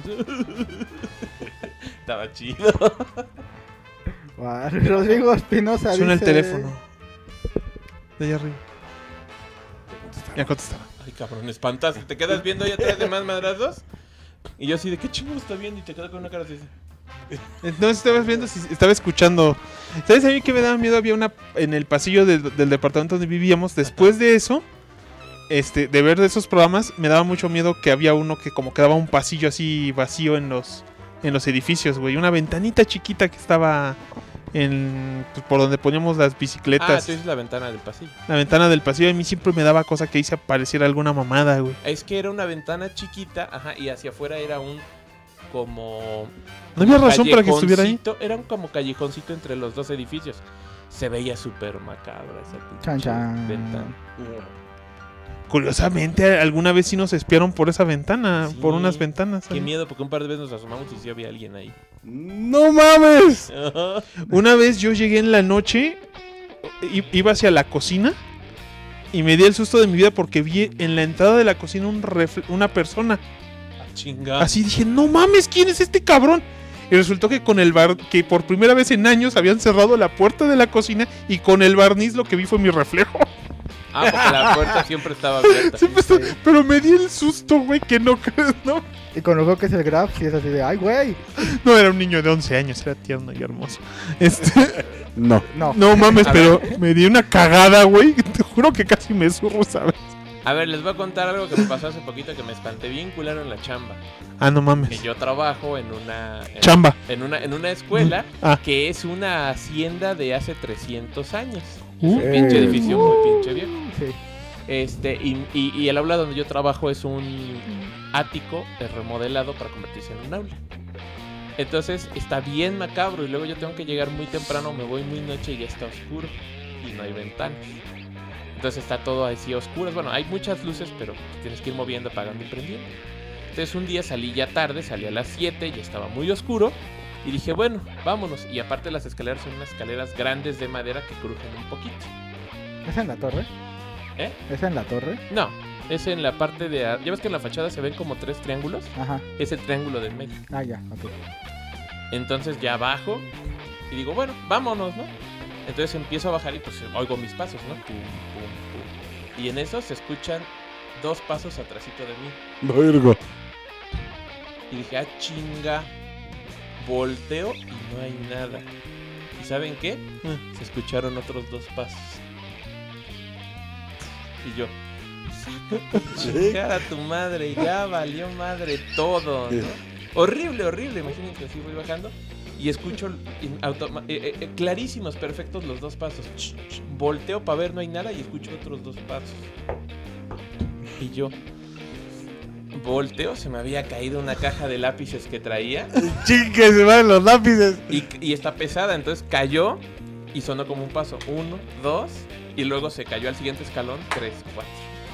Estaba chido. Wow. Rodrigo Espinosa Suena el dice- teléfono. De allá arriba. Ya contestaba. Ay, cabrón, espantaste. Te quedas viendo ahí atrás de más madrazos. Y yo así de, ¿qué chingo está viendo? Y te quedas con una cara así. Entonces estabas viendo, estaba escuchando. ¿Sabes a mí que me daba miedo? Había una en el pasillo del departamento donde vivíamos. Después de eso, de ver de esos programas, me daba mucho miedo que había uno que como quedaba un pasillo así vacío en los edificios, güey. Una ventanita chiquita que estaba pues, por donde poníamos las Ah, bicicletas. tú dices la ventana del pasillo. La ventana del pasillo. A mí siempre me daba cosa que ahí se apareciera alguna mamada, güey. Es que era una ventana chiquita, ajá, y hacia afuera era un como No había razón para que estuviera ahí. callejoncito, era un como callejoncito entre los dos edificios. Se veía súper macabra esa pinche Chan, chan. ventana. Curiosamente, alguna vez sí nos espiaron por esa ventana, Sí. por unas ventanas. Qué ahí. miedo, porque un par de veces nos asomamos y sí había alguien ahí. ¡No mames! Ajá. Una vez yo llegué en la noche, iba hacia la cocina y me di el susto de mi vida porque vi en la entrada de la cocina una persona. Chinga. Así dije, no mames, ¿quién es este cabrón? Y resultó que con el que por primera vez en años habían cerrado la puerta de la cocina y con el barniz lo que vi fue mi reflejo. Ah, porque la puerta siempre estaba abierta. Siempre pero me di el susto, güey, que no crees, ¿no? Y con lo que es el Grab, sí es así de, ay, güey. No, era un niño de 11 años, era tierno y hermoso. No. No. No mames, A pero me di una cagada, güey. Te juro que casi me zurro, ¿sabes? A ver, les voy a contar algo que me pasó hace poquito que me espanté bien culero en la chamba. Ah, no Que mames. yo trabajo en una... Chamba. En una escuela Ah. que es una hacienda de hace 300 años. Uh. Un pinche edificio muy pinche viejo. Sí. Y el aula donde yo trabajo es un ático remodelado para convertirse en un aula. Entonces está bien macabro y luego yo tengo que llegar muy temprano, me voy muy noche y ya está oscuro y no hay ventanas. Entonces está todo así a oscuras. Bueno, hay muchas luces, pero tienes que ir moviendo, apagando y prendiendo. Entonces un día salí ya tarde, salí a las 7, ya estaba muy oscuro. Y dije, bueno, vámonos. Y aparte las escaleras son unas escaleras grandes de madera que crujen un poquito. ¿Es en la torre? ¿Eh? ¿Es en la torre? No, Es en la parte de... ¿Ya ves que en la fachada se ven como 3 triángulos? Ajá. Es el triángulo del medio. Ah, ya, ok. Entonces ya bajo y digo, bueno, vámonos, ¿no? Entonces empiezo a bajar y pues oigo mis pasos, ¿no? Pum, pum, pum. Y en eso se escuchan 2 pasos atrásito de mí. Verga. Y dije, ah, chinga. Volteo y no hay nada. ¿Y saben qué? Se escucharon otros 2 pasos. Y yo, chingar a tu madre, ya valió madre todo, ¿no? Horrible, horrible. Imagínense, así voy bajando y escucho clarísimos, perfectos los 2 pasos. Volteo para ver, no hay nada y escucho otros 2 pasos. Y yo volteo, se me había caído una caja de lápices que traía. Chingue, se van los lápices. Y está pesada, entonces cayó y sonó como un paso. 1, 2, y luego se cayó al siguiente escalón. 3, 4.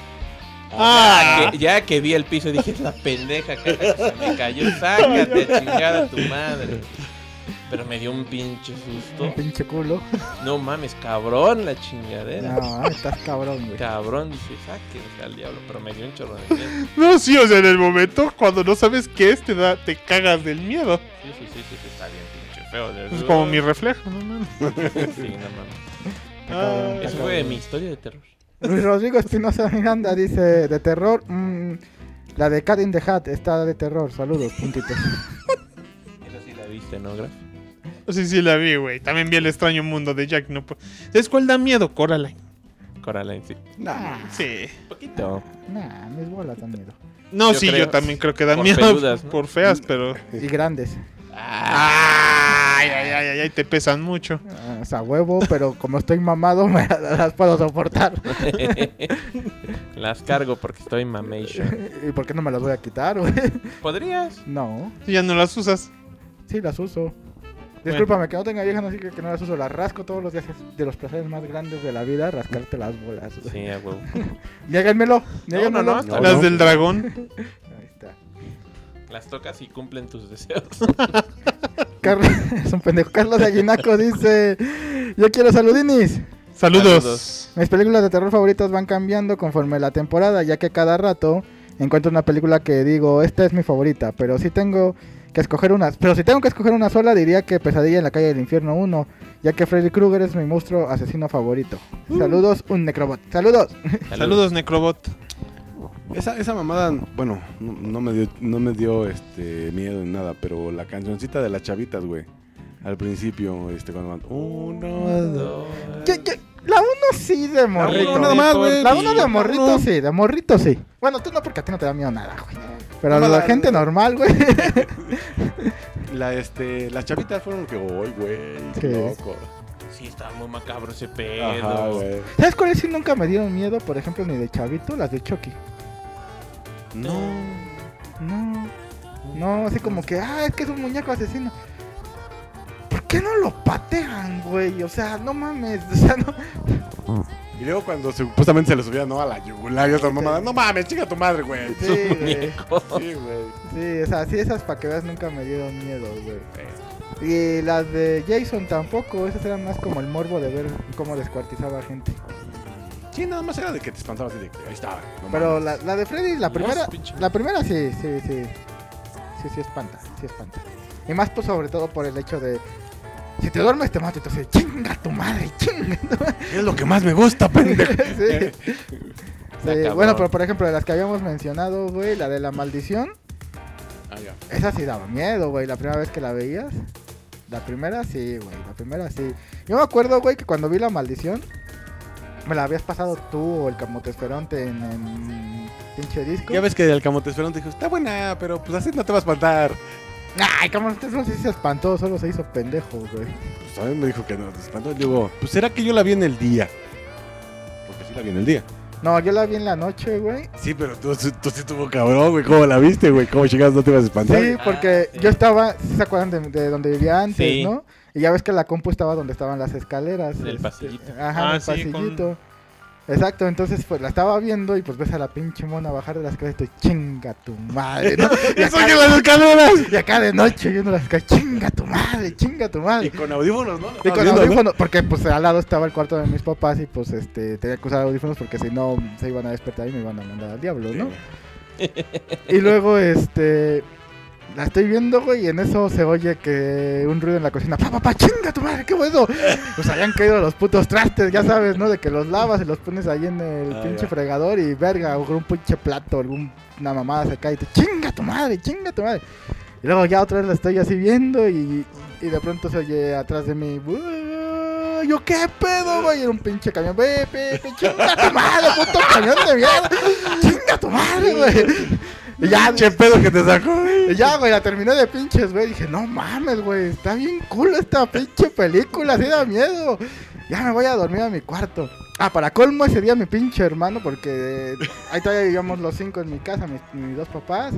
Ya que vi el piso dije, es la pendeja caja que se me cayó. Sácate a chingar a tu madre. Pero me dio un pinche susto. Un pinche culo. No mames, cabrón la chingadera. No, estás cabrón, güey. Cabrón, dice, sáquense al diablo. Pero me dio un chorro de miedo. No, sí, o sea, en el momento cuando no sabes qué es, te cagas del miedo. Sí, está bien pinche feo. Es como mi reflejo, no mames. Sí, no mames. Eso fue mi historia de terror. Luis Rodrigo Espinosa Miranda dice, de terror, la de Cat in the Hat está de terror, saludos, puntitos. Esa sí la viste, ¿no, Graf? Sí, la vi, güey. También vi El extraño mundo de Jack. No, ¿sabes cuál da miedo? Coraline. Coraline, sí. Sí. Poquito. Nah, mis bolas dan miedo. No, Yo sí, creo. yo también creo que da Por miedo. peludas, ¿no? Por feas, pero... Y grandes. Ay, te pesan mucho. O sea, huevo, pero como estoy mamado, me las puedo soportar. Las cargo porque estoy mamation. ¿Y por qué no me las voy a quitar, güey? ¿Podrías? No, Si ya no las usas. sí las uso. Discúlpame, que no tenga vieja, no significa que no las uso. Las rasco todos los días. Es de los placeres más grandes de la vida, rascarte las bolas, güey. Sí, a huevo. Niéguenmelo, niéguenmelo. no, hasta Las del dragón. Ahí está. Las tocas y cumplen tus deseos. Carlos, es un pendejo. Carlos Aguinaco dice: yo quiero saludinis. Saludos. Mis películas de terror favoritas van cambiando conforme la temporada, ya que cada rato encuentro una película que digo, esta es mi favorita, pero si tengo que escoger una sola, diría que Pesadilla en la calle del infierno 1, ya que Freddy Krueger es mi monstruo asesino favorito. Saludos, un necrobot. Saludos. Saludos, Necrobot. Esa mamada, bueno, no me dio miedo ni nada, pero la cancioncita de las chavitas, güey. Al principio, cuando van 1, 2. La 1 sí de morrito. nada más, güey. La 1 de morrito sí, de morrito sí. Bueno, tú no, porque a ti no te da miedo nada, güey. Pero No, la gente normal, güey. Las chavitas fueron que, uy, güey, ¿Qué? qué loco. Sí, estaba muy macabro ese pedo. Ajá, güey. ¿Sabes cuáles sí nunca me dieron miedo? Por ejemplo, ni de chavito, las de Chucky. No, así como que, es que es un muñeco asesino. ¿Por qué no lo patean, güey? O sea, no mames, o sea, no. Y luego cuando supuestamente se le subía, ¿no? A la yugular y otra mamada. No mames, chica tu madre, güey. Sí, Su güey. muñeco. Sí, güey. Sí, o sea, sí, esas para que veas nunca me dieron miedo, güey. Y las de Jason tampoco, esas eran más como el morbo de ver cómo descuartizaba a gente. Sí, nada más era de que te espantabas así de que ahí estaba. no Pero mames. la de Freddy, la primera pinche sí espanta. Y más pues sobre todo por el hecho de, si te duermes te mato y te dice, chinga tu madre, chinga tu madre. Es lo que más me gusta, pendejo. Sí. Está Sí, cabrón. bueno, pero por ejemplo, de las que habíamos mencionado, güey, la de la maldición, Ya. esa sí daba miedo, güey, la primera vez que la veías. La primera sí, güey, la primera sí. Yo me acuerdo, güey, que cuando vi la maldición, me la habías pasado tú o el Camotesferonte en pinche disco. Ya ves que el Camotesferón te dijo, está buena, pero pues así no te va a espantar. Ay, Camotesferonte sí se espantó, solo se hizo pendejo, güey. Pues a mí me dijo que no te espantó. Y digo, pues será que yo la vi en el día. Porque sí la vi en el día. No, yo la vi en la noche, güey. Sí, pero tú sí estuvo cabrón, güey. ¿Cómo la viste, güey? ¿Cómo chingados no te ibas a espantar? Sí, porque sí. yo estaba, ¿sí se acuerdan de donde vivía antes, Sí. no? Y ya ves que la compu estaba donde estaban las escaleras. Del pasillito. Ajá, en el Sí, pasillito. Exacto, entonces pues la estaba viendo y pues ves a la pinche mona bajar de las escaleras y tú, chinga tu madre, ¿no? Y ¡Eso acá, que las escaleras! y acá de noche viendo las escaleras, chinga tu madre, chinga tu Y madre. con audífonos, ¿no? Y con audífonos, porque pues al lado estaba el cuarto de mis papás y pues tenía que usar audífonos porque si no se iban a despertar y me iban a mandar al diablo, ¿no? Y luego la estoy viendo, güey, y en eso se oye que un ruido en la cocina. Papá, chinga tu madre, qué bueno. Pues habían caído los putos trastes, ya sabes, ¿no? De que los lavas y los pones ahí en el pinche ya. fregador y verga, o un pinche plato, alguna mamada se cae y te chinga tu madre, chinga tu madre. Y luego ya otra vez la estoy así viendo y de pronto se oye atrás de mí. Yo, ¿qué pedo, güey? Era un pinche camión. Chinga tu madre, puto camión de mierda. Chinga tu madre, güey. Y ya, ¡Che pedo que te sacó, güey! y ya, güey, la terminé de pinches, güey. Dije, no mames, güey, está bien cool esta pinche película, así da miedo. Ya me voy a dormir a mi cuarto. Ah, para colmo ese día mi pinche hermano, porque ahí todavía vivíamos los 5 en mi casa, mis dos papás,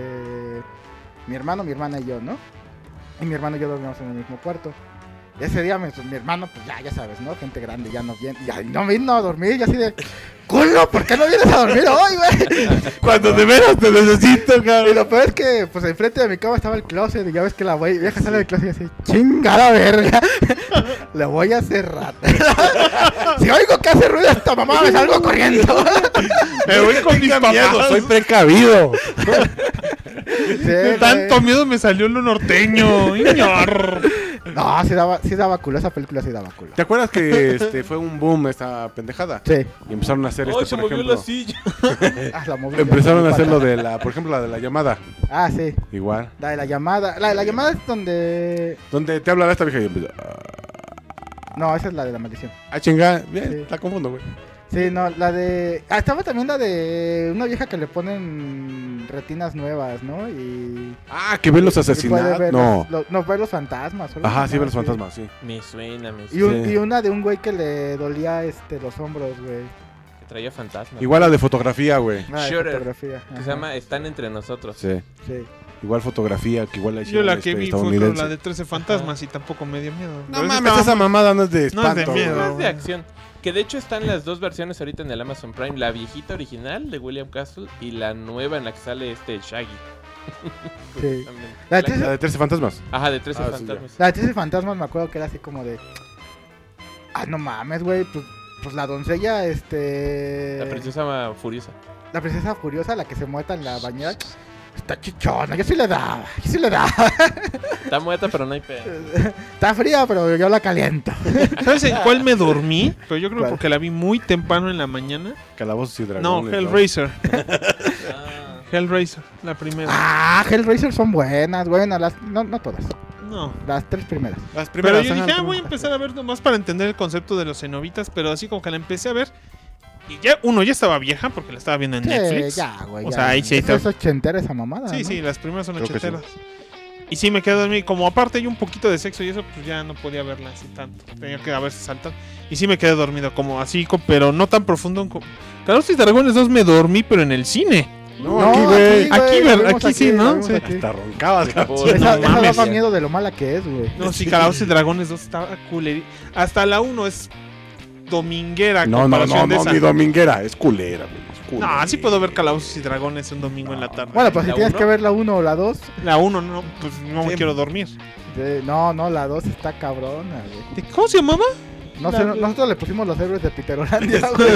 mi hermano, mi hermana y yo, ¿no? Y mi hermano y yo dormíamos en el mismo cuarto. Y ese día mi hermano, pues ya sabes, ¿no? Gente grande, ya no viene, ya no vino a dormir, y así de, culo, ¿por qué no vienes a dormir hoy, güey? Cuando de veras te necesito, Y cabrón. lo peor es que, pues, enfrente de mi cama estaba el closet. Y ya ves que la vieja sale del closet y así, chingada verga. Le voy a cerrar. Si oigo que hace ruido esta mamá, me salgo corriendo. Me voy con mis Tenga miedo, papás. soy precavido. Sí, De güey. tanto miedo me salió lo norteño. Iñor. No, sí daba culo. Esa película sí daba culo. ¿Te acuerdas que fue un boom esta pendejada? Sí. Y empezaron a hacer ¡Ay, se por movió ejemplo. la silla! Ah, la moví, Empezaron ya, a hacer para- lo de la, por ejemplo, la de la llamada. Ah, sí. Igual. La de la llamada. La de la llamada es donde... Donde te habla esta vieja y empieza. No, esa es la de la maldición. Ah, chinga. Bien, Sí. la confundo, güey. Sí, no, la de... Ah, estaba también la de una vieja que le ponen retinas nuevas, ¿no? Y... Ah, que ve los y puede asesinatos. ver No. no, ve los fantasmas. o algo Ajá, así, sí ve ¿no? los fantasmas, sí. Me suena, me Y, suena. Sí. y una de un güey que le dolía los hombros, güey. Que traía fantasmas. Igual la de fotografía, güey. Ah, de Shooter. fotografía. Que ajá. se llama Están entre nosotros. Sí. Sí. Igual fotografía, que igual la Yo hicieron la que vi fue estadounidense. la de 13 fantasmas y tampoco me dio miedo. No Pero esa mames, estaba esa muy- mamada no es de No es de espanto. miedo. güey. No es de acción. Que de hecho están las dos versiones ahorita en el Amazon Prime. La viejita original de William Castle y la nueva en la que sale Shaggy. Sí. También. La de La 13 de 13 fantasmas. Ajá, de 13 Ah, sí, fantasmas. la de 13 fantasmas me acuerdo que era así como de... Ah, no mames, güey. Pues la doncella, La princesa furiosa. La princesa furiosa, la que se muerta en la bañera. Está chichona, yo sí le daba. Está muerta, pero no hay pedo. Está fría, pero yo la caliento. ¿Sabes en cuál me dormí? Pero yo creo ¿Cuál? porque la vi muy temprano en la mañana. Calabozos y No, dragones. Hellraiser. Ah, Hellraiser, la primera. Ah, Hellraiser son buenas, no todas. No. Las 3 primeras. Las Pero primeras. yo ajá, dije, ¿cómo? voy a empezar a ver nomás para entender el concepto de los cenobitas. Pero así como que la empecé a ver. Y ya, ya estaba vieja porque la estaba viendo en Netflix. Ya, güey. O ya. sea, ahí sí Es está. ochentera esa mamada. Sí, ¿no? sí, las primeras son Creo que ochenteras. Y sí, me quedé dormido. Como aparte hay un poquito de sexo y eso, pues ya no podía verla así tanto. Tenía que a veces saltar. Y sí me quedé dormido, como así, pero no tan profundo. Calabozos y Dragones 2 me dormí, pero en el cine. No, aquí, güey. Aquí, la vimos aquí sí, la ¿no? vimos Sí. aquí. Hasta roncabas, cabrón. Por- Esa No mames. daba miedo de lo mala que es, güey. No, sí, Calabozos y Dragones 2 estaba culeri. Hasta la 1 es dominguera. a No, comparación de esa. ni dominguera. Es culera, güey. Es culera. No, sí puedo ver Calabozos y Dragones un domingo en la tarde. Bueno, pues si ¿La tienes uno? que ver la 1 o la 2. La 1 no, pues no me Sí. quiero dormir. No, la 2 está cabrona, güey. ¿Cómo se llamaba? No sé, La- nosotros le pusimos los héroes de Peterolandia, güey.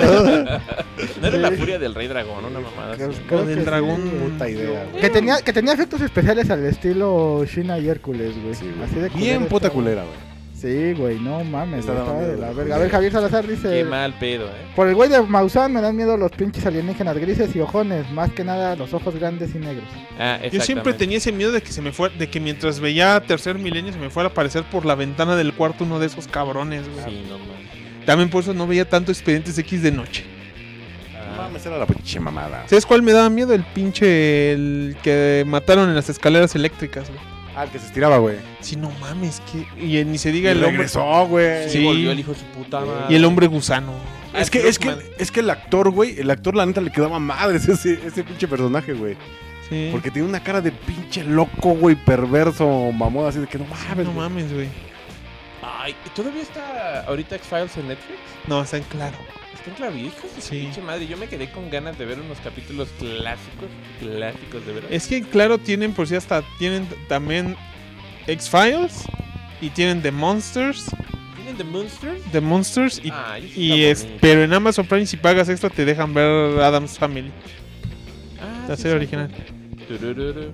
No era la Sí. furia del rey dragón, una mamada así. Creo del que dragón. sí, güey. Puta idea, güey. Que tenía efectos especiales al estilo Shina y Hércules, güey. Sí, güey. Así de Bien culera puta estaba. culera, güey. Sí, güey, no mames, Está güey, dando estaba de miedo, la güey. verga. A ver, Javier Salazar Qué dice... mal pedo, Por el güey de Maussan me dan miedo los pinches alienígenas grises y ojones. Más que nada los ojos grandes y negros. Ah, Yo siempre exactamente. tenía ese miedo de que se me fuera, de que mientras veía Tercer Milenio se me fuera a aparecer por la ventana del cuarto uno de esos cabrones, güey. Sí, no mames. También por eso no veía tanto Expedientes X de noche. No mames, era la pinche mamada. ¿Sabes cuál me daba miedo? El pinche el que mataron en las escaleras eléctricas, güey. Ah, el que se estiraba, güey. Sí, no mames, que y ni se Y diga el hombre regresó, güey. Sí, Sí. volvió el hijo de su puta madre. y el hombre gusano. Es que el actor, güey, el actor la neta le quedaba madres ese pinche personaje, güey. Sí. Porque tiene una cara de pinche loco, güey, perverso, mamón, así de que no mames. no güey. mames, güey. Ay, ¿todavía está ahorita X-Files en Netflix? No, está en claro. Están clavillos, hijos de su Sí. pinche madre. Yo me quedé con ganas de ver unos capítulos clásicos de verdad. Es que, claro, tienen por si hasta. Tienen también X-Files. Y tienen The Monsters. ¿Tienen The Monsters? The Monsters. Y, Ay, eso y está es, bonito. pero en Amazon Prime, si pagas extra, te dejan ver Addams Family. Ah, La sí, serie cierto. original. Turururu.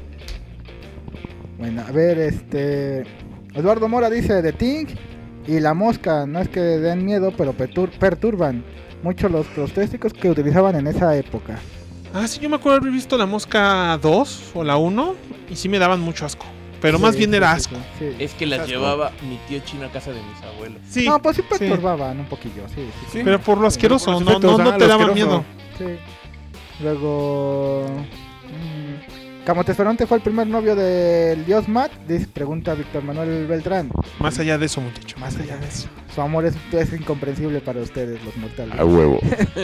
Bueno, a ver, Eduardo Mora dice The Thing y La Mosca. No es que den miedo, pero perturban mucho los prostéticos que utilizaban en esa época. Ah, sí, yo me acuerdo haber visto La Mosca 2 o la 1. Y sí me daban mucho asco. Pero más Sí, bien sí, era sí, asco. sí. Es que las Asco. llevaba mi tío chino a casa de mis abuelos. Sí, No, pues sí sí. perturbaban un poquillo, sí. Sí. Pero por lo asqueroso, Pero por no, los efectos, no ah, te lo daban asqueroso. miedo. Sí. Luego. Camotesferonte fue el primer novio del dios Matt. Pregunta Víctor Manuel Beltrán. Más allá de eso, muchacho. Más allá de eso. Su amor es incomprensible para ustedes, los mortales. A huevo.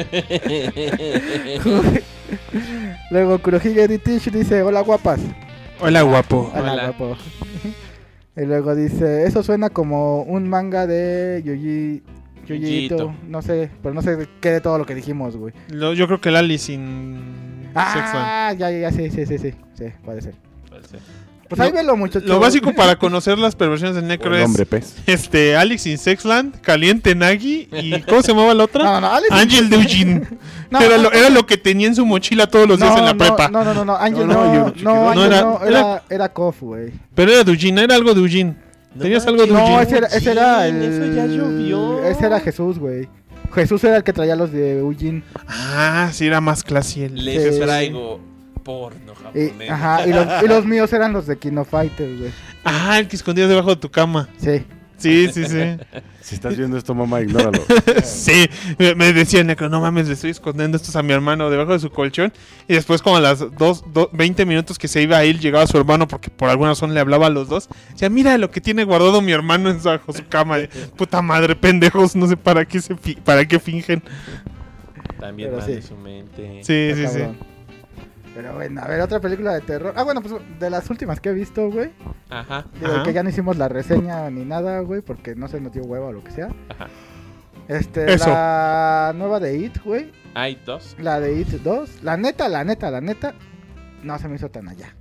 Luego Kurohige Ditish dice: Hola guapas. Hola, guapo. Hola, Hola. guapo. Y luego dice: Eso suena como un manga de Yujito. Yujito. No sé, pero no sé qué de todo lo que dijimos, güey. Yo creo que el Alice sin Sexland. Ah, ya, sí, puede ser. Puede ser. Pues ahí Lo- velo, muchachos. Lo básico para conocer las perversiones de Necro El es hombre pez. Alex in Sexland, Caliente Nagi y ¿cómo se llamaba la otra? No, Alex. Ángel de Eugene. No, Era lo que tenía en su mochila todos los días en la prepa. No, Ángel No, no, Chiquidón. no, Ángel No, no, era Kof, güey. Pero era de Eugene, era algo de Eugene. ¿Tenías algo de No, Eugene? ese era el. Eso ya llovió. Ese era Jesús, güey. Jesús era el que traía los de Eugene. Ah, sí, era más classy él. Les Sí. traigo porno japonés. Ajá, y los míos eran los de Kino Fighter, güey. Ah, el que escondías debajo de tu cama. Sí. Sí. Si estás viendo esto, mamá, ignóralo. Sí, me decía Necro, no mames, le estoy escondiendo estos a mi hermano debajo de su colchón. Y después, como a las 20 minutos que se iba a ir, llegaba su hermano porque por alguna razón le hablaba a los dos. Decía, mira lo que tiene guardado mi hermano bajo su cama. Puta madre, pendejos, no sé para qué para qué fingen. También Pero mal sí. de su mente. Sí. Cabrón. Pero bueno, a ver, otra película de terror. Ah, bueno, pues de las últimas que he visto, güey. Ajá. Digo, Ajá. que ya no hicimos la reseña ni nada, güey, porque no se nos dio hueva o lo que sea. Ajá. Eso. La nueva de It, güey. Hay dos. La de It 2. La neta, no se me hizo tan allá.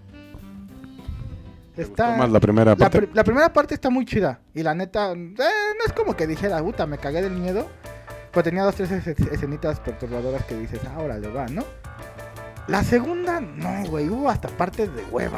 Está... Más la primera parte. La primera parte está muy chida. Y la neta, no es como que dijera, puta, me cagué del miedo. Pero tenía 2, 3 escenitas perturbadoras que dices, ahora le va, ¿no? La segunda, no, güey, hubo hasta partes de hueva.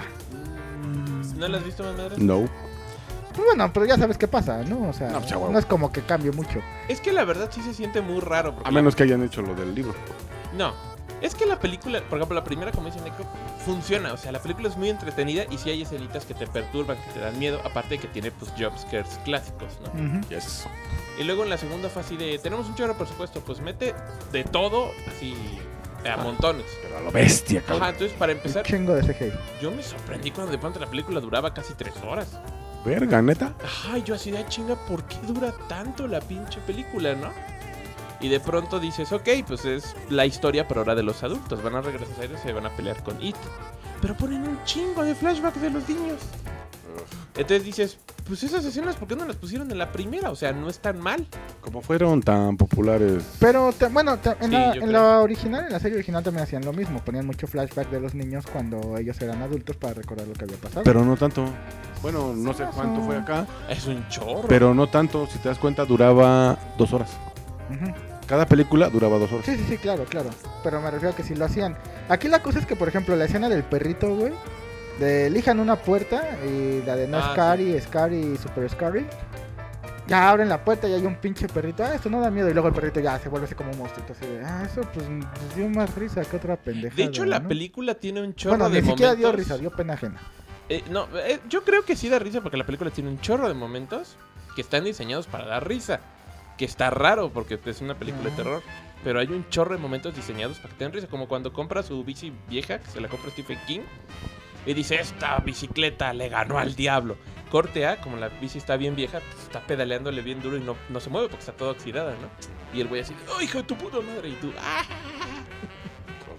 ¿No las has visto, más madre? No. Pues bueno, pero ya sabes qué pasa, ¿no? O sea, No, pues, a huevo. no es como que cambie mucho. Es que la verdad sí se siente muy raro. Porque A menos que hayan hecho lo del libro. No. Es que la película, por ejemplo, la primera, como dice Necro, funciona. O sea, la película es muy entretenida y sí hay escenitas que te perturban, que te dan miedo. Aparte de que tiene, pues, jumpscares clásicos, ¿no? Ujú. Yes. Y luego en la segunda fue así de, tenemos un chorro de presupuesto, pues mete de todo, así, a montones. Pero a lo bestia, Ajá, cabrón. entonces para Un empezar, chingo de CGI. yo me sorprendí cuando de pronto la película duraba casi 3 horas. Verga, neta. Ay, yo así de chinga, ¿por qué dura tanto la pinche película, no? Y de pronto dices, ok, pues es la historia, pero ahora de los adultos. Van a regresar a ellos y se van a pelear con It. Pero ponen un chingo de flashbacks de los niños. Entonces dices, pues esas escenas, ¿por qué no las pusieron en la primera? O sea, no es tan mal. Como fueron tan populares. Pero, bueno, en, Sí, la, yo en creo. la original, en la serie original también hacían lo mismo. Ponían mucho flashback de los niños cuando ellos eran adultos para recordar lo que había pasado. Pero no tanto. Bueno, no sé cuánto fue acá. Es un chorro. Pero no tanto. Si te das cuenta, duraba 2 horas. Ujú. Cada película duraba 2 horas. Sí, claro. Pero me refiero a que sí lo hacían. Aquí la cosa es que, por ejemplo, la escena del perrito, güey, de elijan una puerta y la de no Ah, Scary, Scary y Super Scary. Ya abren la puerta y hay un pinche perrito. Ah, esto no da miedo. Y luego el perrito ya se vuelve así como un monstruo. Así de, eso pues dio más risa que otra pendejada. De hecho, la ¿no? película tiene un chorro Bueno, de ni siquiera dio momentos. risa, dio pena ajena. No, yo creo que sí da risa porque la película tiene un chorro de momentos que están diseñados para dar risa. Que está raro porque es una película de terror. Pero hay un chorro de momentos diseñados para que tengan risa. Como cuando compra su bici vieja, que se la compra Stephen King. Y dice, esta bicicleta le ganó al diablo. Corte A, como la bici está bien vieja, pues está pedaleándole bien duro y no se mueve porque está toda oxidada, ¿no? Y el güey así, ¡oh, hijo de tu puta madre! Y tú, ¡ah!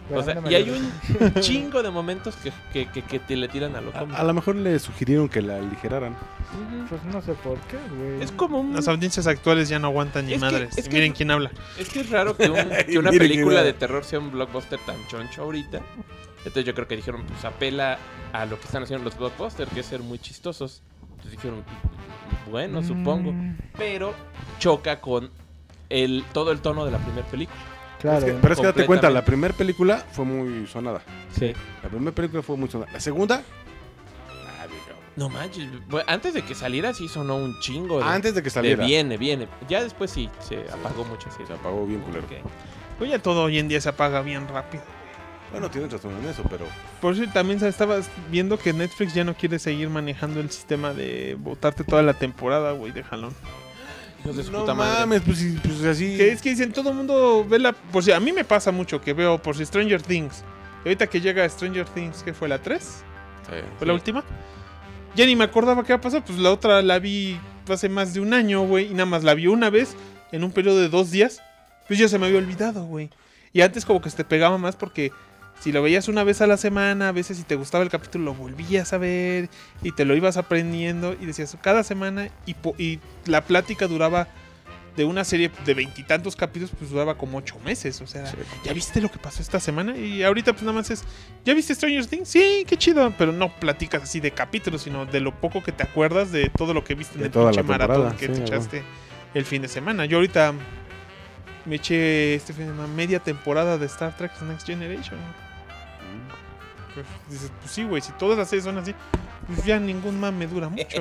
O sea, y hay un chingo de momentos que te le tiran a lo cómico. A lo mejor le sugirieron que la aligeraran. Ujú. Pues no sé por qué, güey. Es como un... Las audiencias actuales ya no aguantan ni Es que- madres. es Y que- miren quién habla. Es que es raro que, que una Miren, película mira. de terror sea un blockbuster tan choncho ahorita. Entonces yo creo que dijeron, pues apela a lo que están haciendo los blockbusters, que es ser muy chistosos. Entonces dijeron, bueno, supongo. Pero choca con todo el tono de la primera película. Claro. Pero es que date cuenta, la Completamente. primera película fue muy sonada. Sí. La primera película fue muy sonada. La segunda, No manches, antes de que saliera sí sonó un chingo. antes de que de saliera, viene. Ya después sí, se apagó mucho. Sí. se apagó bien culero. Ok. Pues ya todo hoy en día se apaga bien rápido. Bueno, tienes razón en eso, pero Por eso también estabas viendo que Netflix ya no quiere seguir manejando el sistema de botarte toda la temporada, güey, de jalón. Hijos de su no puta madre. mames, pues así. Que es que dicen, todo el mundo ve la... Por si a mí me pasa mucho que veo, por si Stranger Things. Y ahorita que llega Stranger Things, ¿qué fue? ¿La 3? ¿Fue la Sí. última? Ya ni me acordaba qué había pasado. Pues la otra la vi hace más de un año, güey. Y nada más la vi una vez en un periodo de 2 días. Pues ya se me había olvidado, güey. Y antes como que se te pegaba más porque si lo veías una vez a la semana, a veces si te gustaba el capítulo lo volvías a ver y te lo ibas aprendiendo y decías cada semana y la plática duraba de una serie de 20 y tantos capítulos, pues duraba como 8 meses. O sea, Sí. ¿ya viste lo que pasó esta semana? Y ahorita pues nada más es, ¿ya viste Stranger Things? Sí, qué chido. Pero no platicas así de capítulos, sino de lo poco que te acuerdas de todo lo que viste en De el toda pinche la maratón temporada, que sí, te a echaste el fin de semana. Yo ahorita me eché este fin de semana media temporada de Star Trek Next Generation. Pues, dices, pues sí, güey, si todas las series son así, pues ya ningún mame dura mucho.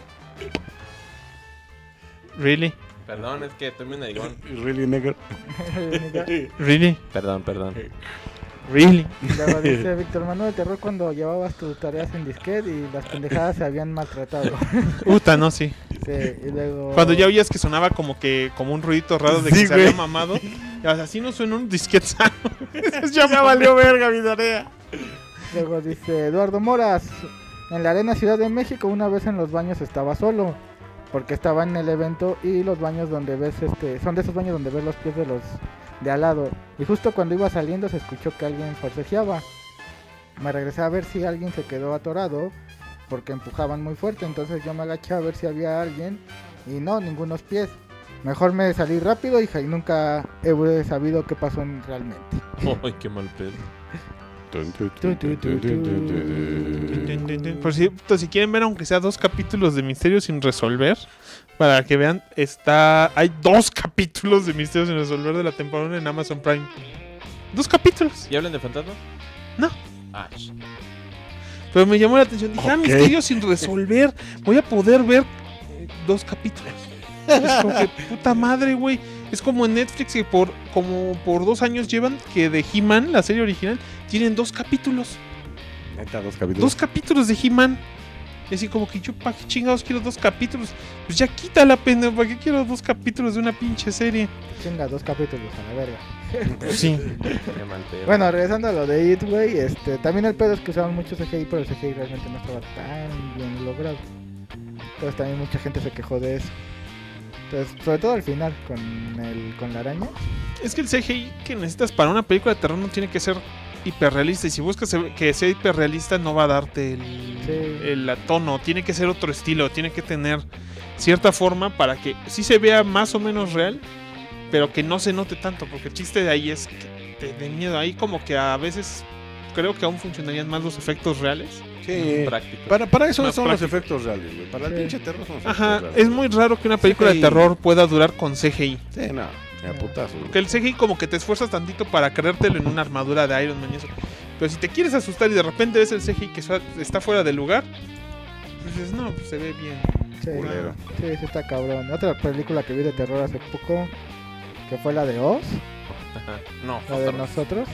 Really? Perdón, es que tomé un narigón. Really, nigger. Really? Perdón. Really? Luego dice Víctor Manuel, terror cuando llevabas tus tareas en disquete y las pendejadas se habían maltratado. Puta, no, sí. Sí, y luego... Cuando ya oías que sonaba como un ruidito raro de Sí, que se güey. había mamado. Ya, así no suena un disquete sano. Ya me valió verga mi tarea. Luego dice Eduardo Moras, en la Arena Ciudad de México una vez en los baños estaba solo, porque estaba en el evento y los baños donde ves son de esos baños donde ves los pies de los de al lado, y justo cuando iba saliendo se escuchó que alguien forcejeaba. Me regresé a ver si alguien se quedó atorado porque empujaban muy fuerte, entonces yo me agaché a ver si había alguien y no, ningunos pies. Mejor me salí rápido y nunca he sabido qué pasó realmente. Ay, qué mal pedo. Por cierto, si quieren ver aunque sea 2 capítulos de Misterio sin resolver, para que vean, hay 2 capítulos de Misterio sin resolver de la temporada en Amazon Prime. 2 capítulos. ¿Y hablan de fantasmas? No. Ah, sh- Pero me llamó la atención. Dije, Ok. Misterio sin resolver. Voy a poder ver 2 capítulos. Es como que, puta madre, güey. Es como en Netflix que por 2 años llevan que de He-Man, la serie original, tienen 2 capítulos. Neta, 2 capítulos. 2 capítulos de He-Man. Y así como que yo, ¿para qué chingados quiero 2 capítulos? Pues ya quítala, pendejo. ¿Para qué quiero 2 capítulos de una pinche serie? Chinga, 2 capítulos a la verga. Pues sí. qué mal pedo. Bueno, regresando a lo de It, güey, también el pedo es que usaban mucho CGI, pero el CGI realmente no estaba tan bien logrado. Entonces también mucha gente se quejó de eso. Entonces, sobre todo al final, con la araña. Es que el CGI que necesitas para una película de terror no tiene que ser hiperrealista. Y si buscas que sea hiperrealista, no va a darte el tono. Tiene que ser otro estilo. Tiene que tener cierta forma para que sí se vea más o menos real, pero que no se note tanto. Porque el chiste de ahí es que te dé miedo. Ahí como que a veces creo que aún funcionarían más los efectos reales. Sí. Práctico. Para eso Más son práctico. los efectos reales, güey. Para el Sí. pinche terror son los Ajá, efectos reales. es muy raro que una película de CGI. terror pueda durar con CGI. Sí, no. A putazo. güey. Porque el CGI como que te esfuerzas tantito para creértelo en una armadura de Iron Man y eso. Pero si te quieres asustar y de repente ves el CGI que está fuera de lugar, pues dices, no, pues se ve bien. Sí, Culero. sí, está cabrón. Otra película que vi de terror hace poco, que fue la de Oz, Ajá. No, la de otro. nosotros.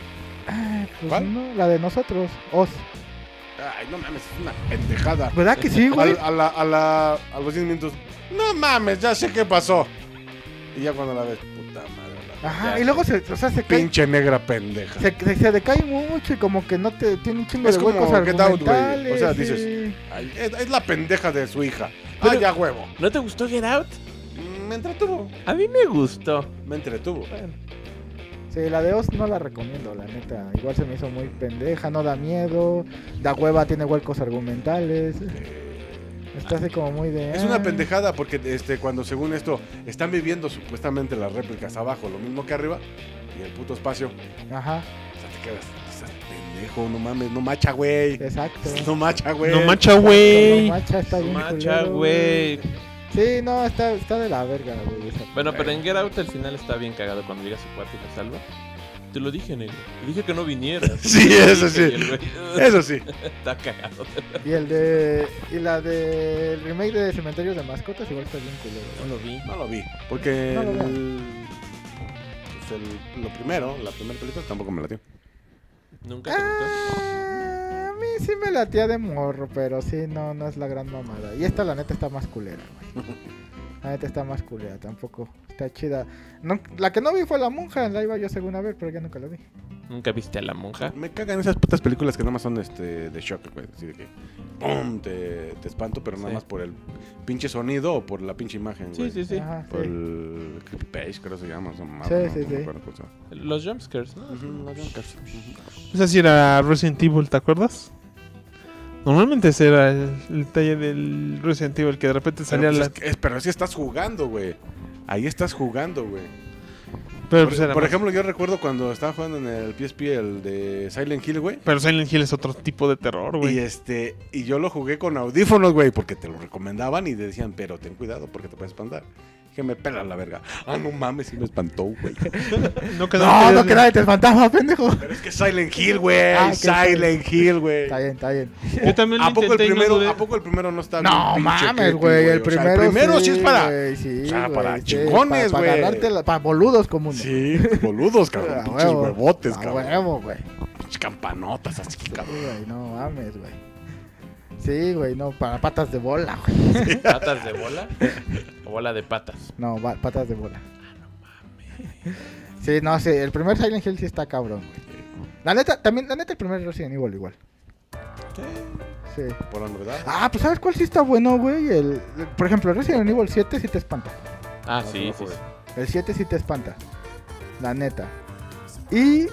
Pues ¿Cuál? no, la de nosotros, Oz. Ay, no mames, es una pendejada. ¿Verdad que sí, güey? A los 10 minutos. No mames, ya sé qué pasó. Y ya cuando la ves, puta madre. Ajá, Ya. y luego se cae. Pinche negra pendeja. Se decae mucho y como que no te tiene un chingo Es de como huecos Get Out, güey. argumentales. O sea, sí. dices, Ay, es la pendeja de su hija. Pero- Ya huevo. ¿No te gustó Get Out? Me entretuvo. A mí me gustó. Me entretuvo. Bueno, Sí, la de Oz no la recomiendo, la neta. Igual se me hizo muy pendeja, no da miedo, da hueva, tiene huecos argumentales. Está así como muy de... Es una pendejada porque cuando según esto están viviendo supuestamente las réplicas abajo, lo mismo que arriba, y el puto espacio. Ajá, O sea, te quedas, estás pendejo, no mames, no macha, güey. exacto. No macha, güey. No macha, güey. No, macha, está bien Macha, culero, güey. Sí, no, está de la verga, güey. esa Bueno, pero película. en Get Out el final está bien cagado cuando llega a su cuarto y lo salva. Te lo dije, negro. Te dije que no vinieras. Sí, Te lo eso dije, sí. y el güey, Eso sí. Está cagado. Y la de el remake de Cementerios de Mascotas igual está bien culero. No lo vi. No lo vi. Porque No lo veo. lo primero, la primera película tampoco me latió. Nunca te gustó. A mí sí me latía de morro, pero sí, no es la gran mamada. Y esta la neta está más culera, güey. La neta está más culera, tampoco está chida. No, la que no vi fue La Monja, la iba yo según a ver, pero ya nunca la vi. Nunca viste a la monja. Me cagan esas putas películas que nada más son de shock, güey. Así de que ¡pum! Te espanto, pero nada Sí. más por el pinche sonido o por la pinche imagen, güey. Sí, sí, sí. Ajá, Por sí. el creepypage, creo que se llama. Sí, sí, sí. me acuerdo cómo se llama. Los jumpscares, ¿no? Los jumpscares. Ujú. Pues así era Resident Evil, ¿te acuerdas? Normalmente ese era el detalle del Resident Evil, que de repente salía Pero, la... pues, pero es que estás jugando, güey. Ahí estás jugando, güey. Pero, pues, era Por más- ejemplo, yo recuerdo cuando estaba jugando en el PSP el de Silent Hill, güey. Pero Silent Hill es otro tipo de terror, Y güey. y yo lo jugué con audífonos, güey, porque te lo recomendaban y te decían, pero ten cuidado porque te puedes espantar. Que me pela la verga. Ah, no mames, sí me espantó, güey. No, No, que nadie te espantaba, pendejo. Pero es que Silent Hill, güey. Ah, que Silent Hill, güey. Está bien, está bien. Yo también lo ¿A poco, el intenté y no primero, dudé. ¿A poco el primero no está No bien pinche mames, creepy, güey, el O sea, primero, el primero sí es para... güey, sí, o sea, güey, para sí, chingones, Para güey. agarrarte, para boludos comunes. Sí, boludos, cabrón. A Pinches huevo, huevotes, a cabrón. huevo, güey. Pinches campanotas así, Sí, cabrón. güey, no mames, güey. Sí, güey, no, para patas de bola, güey. ¿Patas de bola? ¿O bola de patas? No, patas de bola. Sí, no, sí, el primer Silent Hill sí está cabrón, güey. La neta, el primer Resident Evil igual. Sí. Por la novedad. Ah, pues ¿sabes cuál sí está bueno, güey? Por ejemplo, el Resident Evil 7 sí te espanta. Ah, sí, sí, sí. El 7 sí te espanta. La neta. Y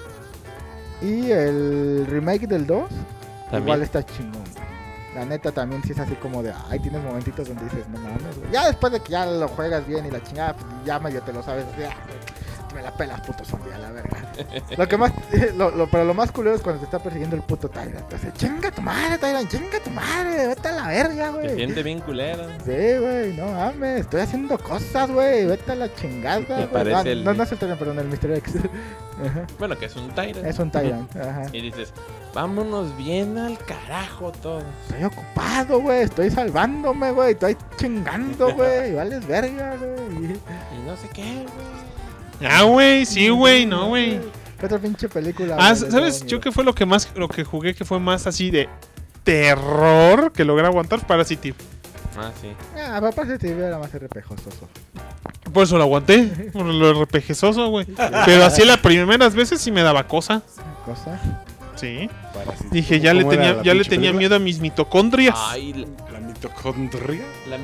el remake del 2 También. igual está chingón, güey. La neta también sí es así como de, ay, tienes momentitos donde dices, no mames, güey. Ya después de que ya lo juegas bien y la chingada, pues ya medio te lo sabes. Ya, me la pelas, puto zombie, a la verga. Lo que más, pero lo más culero es cuando te está persiguiendo el puto Tyrant. Entonces, chinga tu madre, Tyrant, chinga tu madre, vete a la verga, Se güey. siente bien culero. Sí, güey, no mames, estoy haciendo cosas, güey, vete a la chingada, güey. parece el- No es el Tyrant, perdón, el Mr. X. Ajá. Bueno, que es un Tyrant. Es un Tyrant, ajá. Y dices, vámonos bien al carajo todos. Estoy ocupado, güey, estoy salvándome, güey, estoy chingando, güey, vales verga, güey. Y no sé qué, güey. Ah, güey, sí, güey, no, güey. ¿Qué otra pinche película? Ah, güey, de ¿sabes? zombie? Yo que fue lo que jugué que fue más así de terror que logré aguantar Parasite. Ah, sí. Ah, papá se te era más RPGoso. Por eso lo aguanté, por lo RPGoso, güey. Pero así las primeras veces sí me daba cosa. Cosa. Sí. Parasite. Dije, ya le ¿Cómo era tenía, la ya le pinche tenía película? miedo a mis mitocondrias. Ay, La mitocondria. la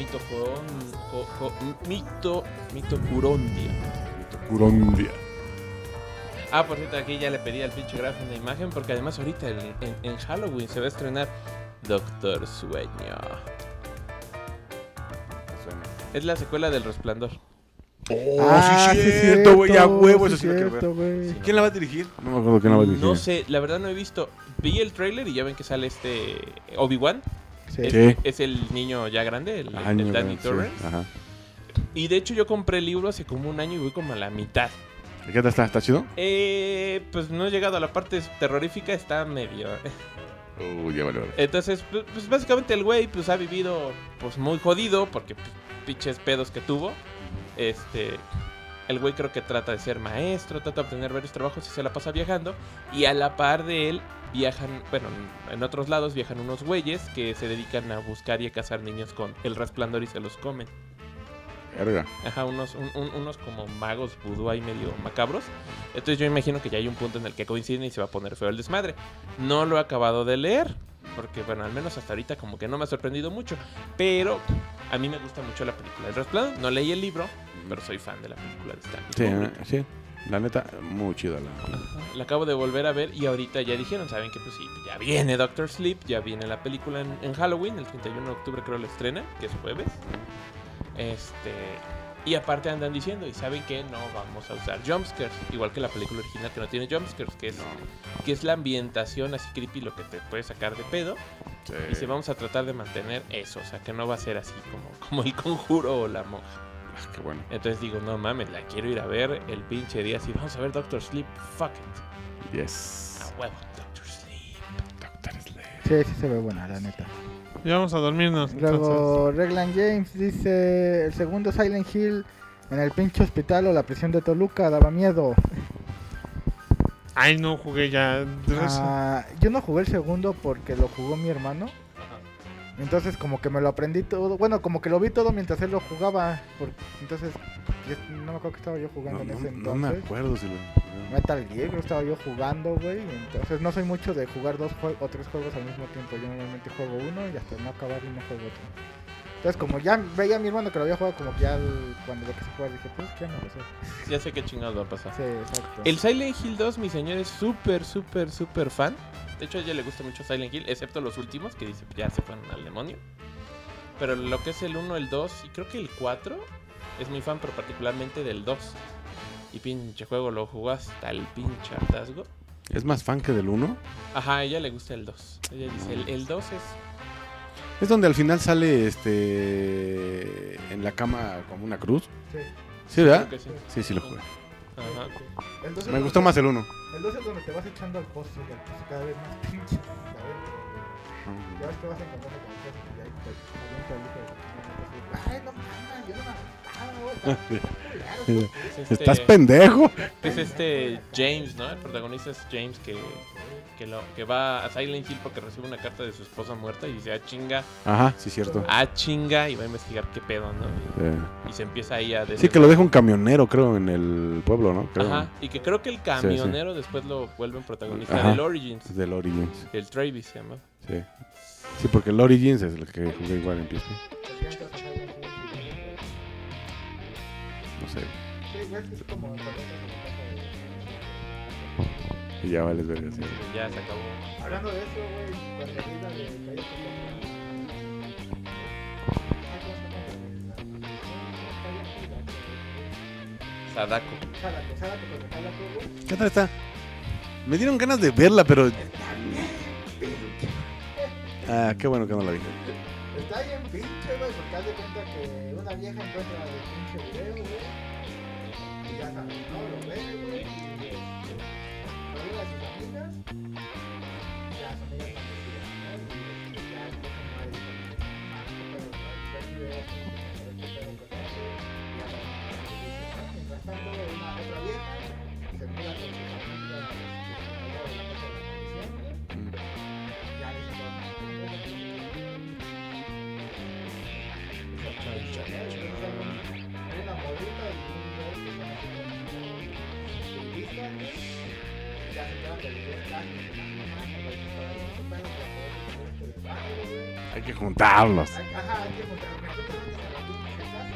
mitocurondia. Mitocurundia. Ah, por cierto, aquí ya le pedí al pinche gráfico una imagen porque además ahorita en Halloween se va a estrenar Doctor Sueño. Es la secuela del Resplandor. Oh, sí, cierto, güey, a huevo, eso sí lo quiero ver. cierto, güey. ¿Quién la va a dirigir? No me acuerdo quién la va a dirigir. No sé, la verdad no he visto. Vi el trailer y ya ven que sale Obi-Wan. Sí. Sí. Es el niño ya grande, el Año, Danny sí, Torrance. ajá. Y de hecho yo compré el libro hace como un año y voy como a la mitad. ¿Qué tal está? ¿Está chido? Pues no he llegado a la parte terrorífica, está medio. Ya vale. Entonces, pues básicamente el güey pues ha vivido pues muy jodido porque pues, pinches pedos que tuvo. El güey creo que trata de ser maestro, trata de obtener varios trabajos y se la pasa viajando. Y a la par de él viajan, bueno, en otros lados viajan unos güeyes que se dedican a buscar y a cazar niños con el resplandor y se los comen. Verga. Ajá, unos como magos vudú ahí medio macabros. Entonces yo imagino que ya hay un punto en el que coinciden y se va a poner feo el desmadre. No lo he acabado de leer, porque bueno, al menos hasta ahorita como que no me ha sorprendido mucho. Pero a mí me gusta mucho la película El Resplandor. No leí el libro, pero soy fan de la película de Stanley Sí, Kubrick. sí. La neta, muy chida La acabo de volver a ver y ahorita ya dijeron, ¿saben qué? Pues sí, ya viene Doctor Sleep, ya viene la película en Halloween, el 31 de octubre creo lo estrena, que es jueves. Y aparte andan diciendo, y saben que no vamos a usar jumpscares, igual que la película original que no tiene jumpscares, que es la ambientación así creepy, lo que te puede sacar de pedo. Sí. Y si vamos a tratar de mantener eso, o sea, que no va a ser así como el Conjuro o la monja. Ah, qué bueno. Entonces digo, no mames, la quiero ir a ver el pinche día. Si vamos a ver Doctor Sleep, fuck it. Yes. A huevo, Doctor Sleep. Doctor Sleep. Sí, sí se ve buena, la neta. Ya vamos a dormirnos. Entonces. Luego, Reglan James dice: el segundo Silent Hill en el pinche hospital o la prisión de Toluca daba miedo. Ay, no jugué ya. Yo no jugué el segundo porque lo jugó mi hermano. Entonces como que me lo aprendí todo. Bueno, como que lo vi todo mientras él lo jugaba. Entonces, no me acuerdo que estaba yo jugando en ese entonces. No me acuerdo si lo... Metal Gear, creo que estaba yo jugando, güey. Entonces no soy mucho de jugar 2 o 3 juegos al mismo tiempo. Yo normalmente juego uno y hasta no acabar y no juego otro. Entonces como ya veía a mi hermano que lo había jugado, como que ya cuando lo quise jugar dije, pues ya no lo sé. Ya sé qué chingados va a pasar. Sí, exacto. El Silent Hill 2, mi señor, es súper fan. De hecho, a ella le gusta mucho Silent Hill, excepto los últimos, que dice ya se fueron al demonio. Pero lo que es el 1, el 2 y creo que el 4 es muy fan, pero particularmente del 2. Y pinche juego lo jugó hasta el pinche hartazgo. ¿Es más fan que del 1? Ajá, a ella le gusta el 2. Ella dice, el 2 es... Es donde al final sale en la cama como una cruz. Sí. ¿Sí, verdad? Creo que sí. Sí, sí lo jugué. Ajá. El 2 es Me donde- gustó más el 1. El 2 es donde te vas echando al pozo y al pozo cada vez más pinches. Ya ves que vas encontrando con cosas y ahí te avienta el hijo de la chingada. Ay, no mames, yo no me mataba, güey. Es ¿Estás pendejo? Es James, ¿no? El protagonista es James que va a Silent Hill porque recibe una carta de su esposa muerta y dice, chinga, Ajá, sí, cierto. chinga, y va a investigar qué pedo, ¿no? Y se empieza ahí a... Sí, que lo deja un camionero, creo, en el pueblo, ¿no? Creo. Ajá, y que creo que el camionero después lo vuelven protagonista Ajá. del Origins. Es del Origins. El Travis se llama. Sí. Sí, porque el Origins es el que jugué igual en PSP. No sé. Sí, ves que es como cuando estás en la casa de... Y ya vales verga, sí. Ya se acabó. Hablando de eso, güey, cuando arriba de Calle Sadako. ¿Qué tal está? Me dieron ganas de verla, pero... Ah, qué bueno que no la vi. Está bien pinche, güey, porque haz de cuenta que una vieja encuentra el pinche video, güey. Y ya sabes, ¿no? Lo ve, güey. Y lo ve a sus amigas. Y ya son ellas las que ¿no? Y ya empiezan a decir, pero no, y ves videos como que se ve que pedo con eso. Y ya van, mientras tanto, una otra vieja se mira con sus amigas al lado de la casa de la policía, güey. Ya dice, una morrita y un güey que son así como turistas, güey. Y ya se quedan de los casos, Hay que juntarlos. Ajá, hay que juntarlos. Nosotros vamos a la pinche casa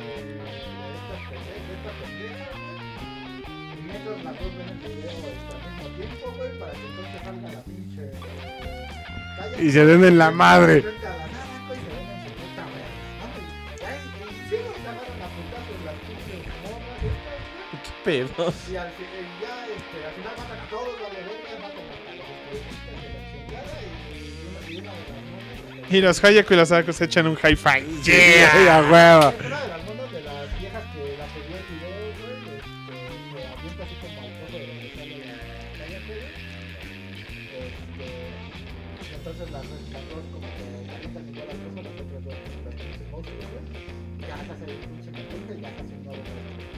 de esta pendeja, güey. Y mientras las dos ven el video al mismo tiempo, güey, para que entonces salga la pinche calle. Y se den en la madre. Frente a la nada, güey, se ven en su puta verga, ¿no? Y sí, güey, se agarran a putazos las pinches morras estas, güey. ¿Qué pedo? Y al final matan a todos, vale, verga, matan a los periodistas de la chingada y una de las morras. Y los Hayako y los Sadako se echan un high five. ¡Yeah! ¡Hueva! Una de las monas de las viejas que la subió el video, güey, le avienta así como al fondo de donde sale la calle, güey. Entonces las dos como que avientan igual las cosas, las otras dos, las pinches monstruos, güey. Y ya se hace el pinche caliente y ya casi no lo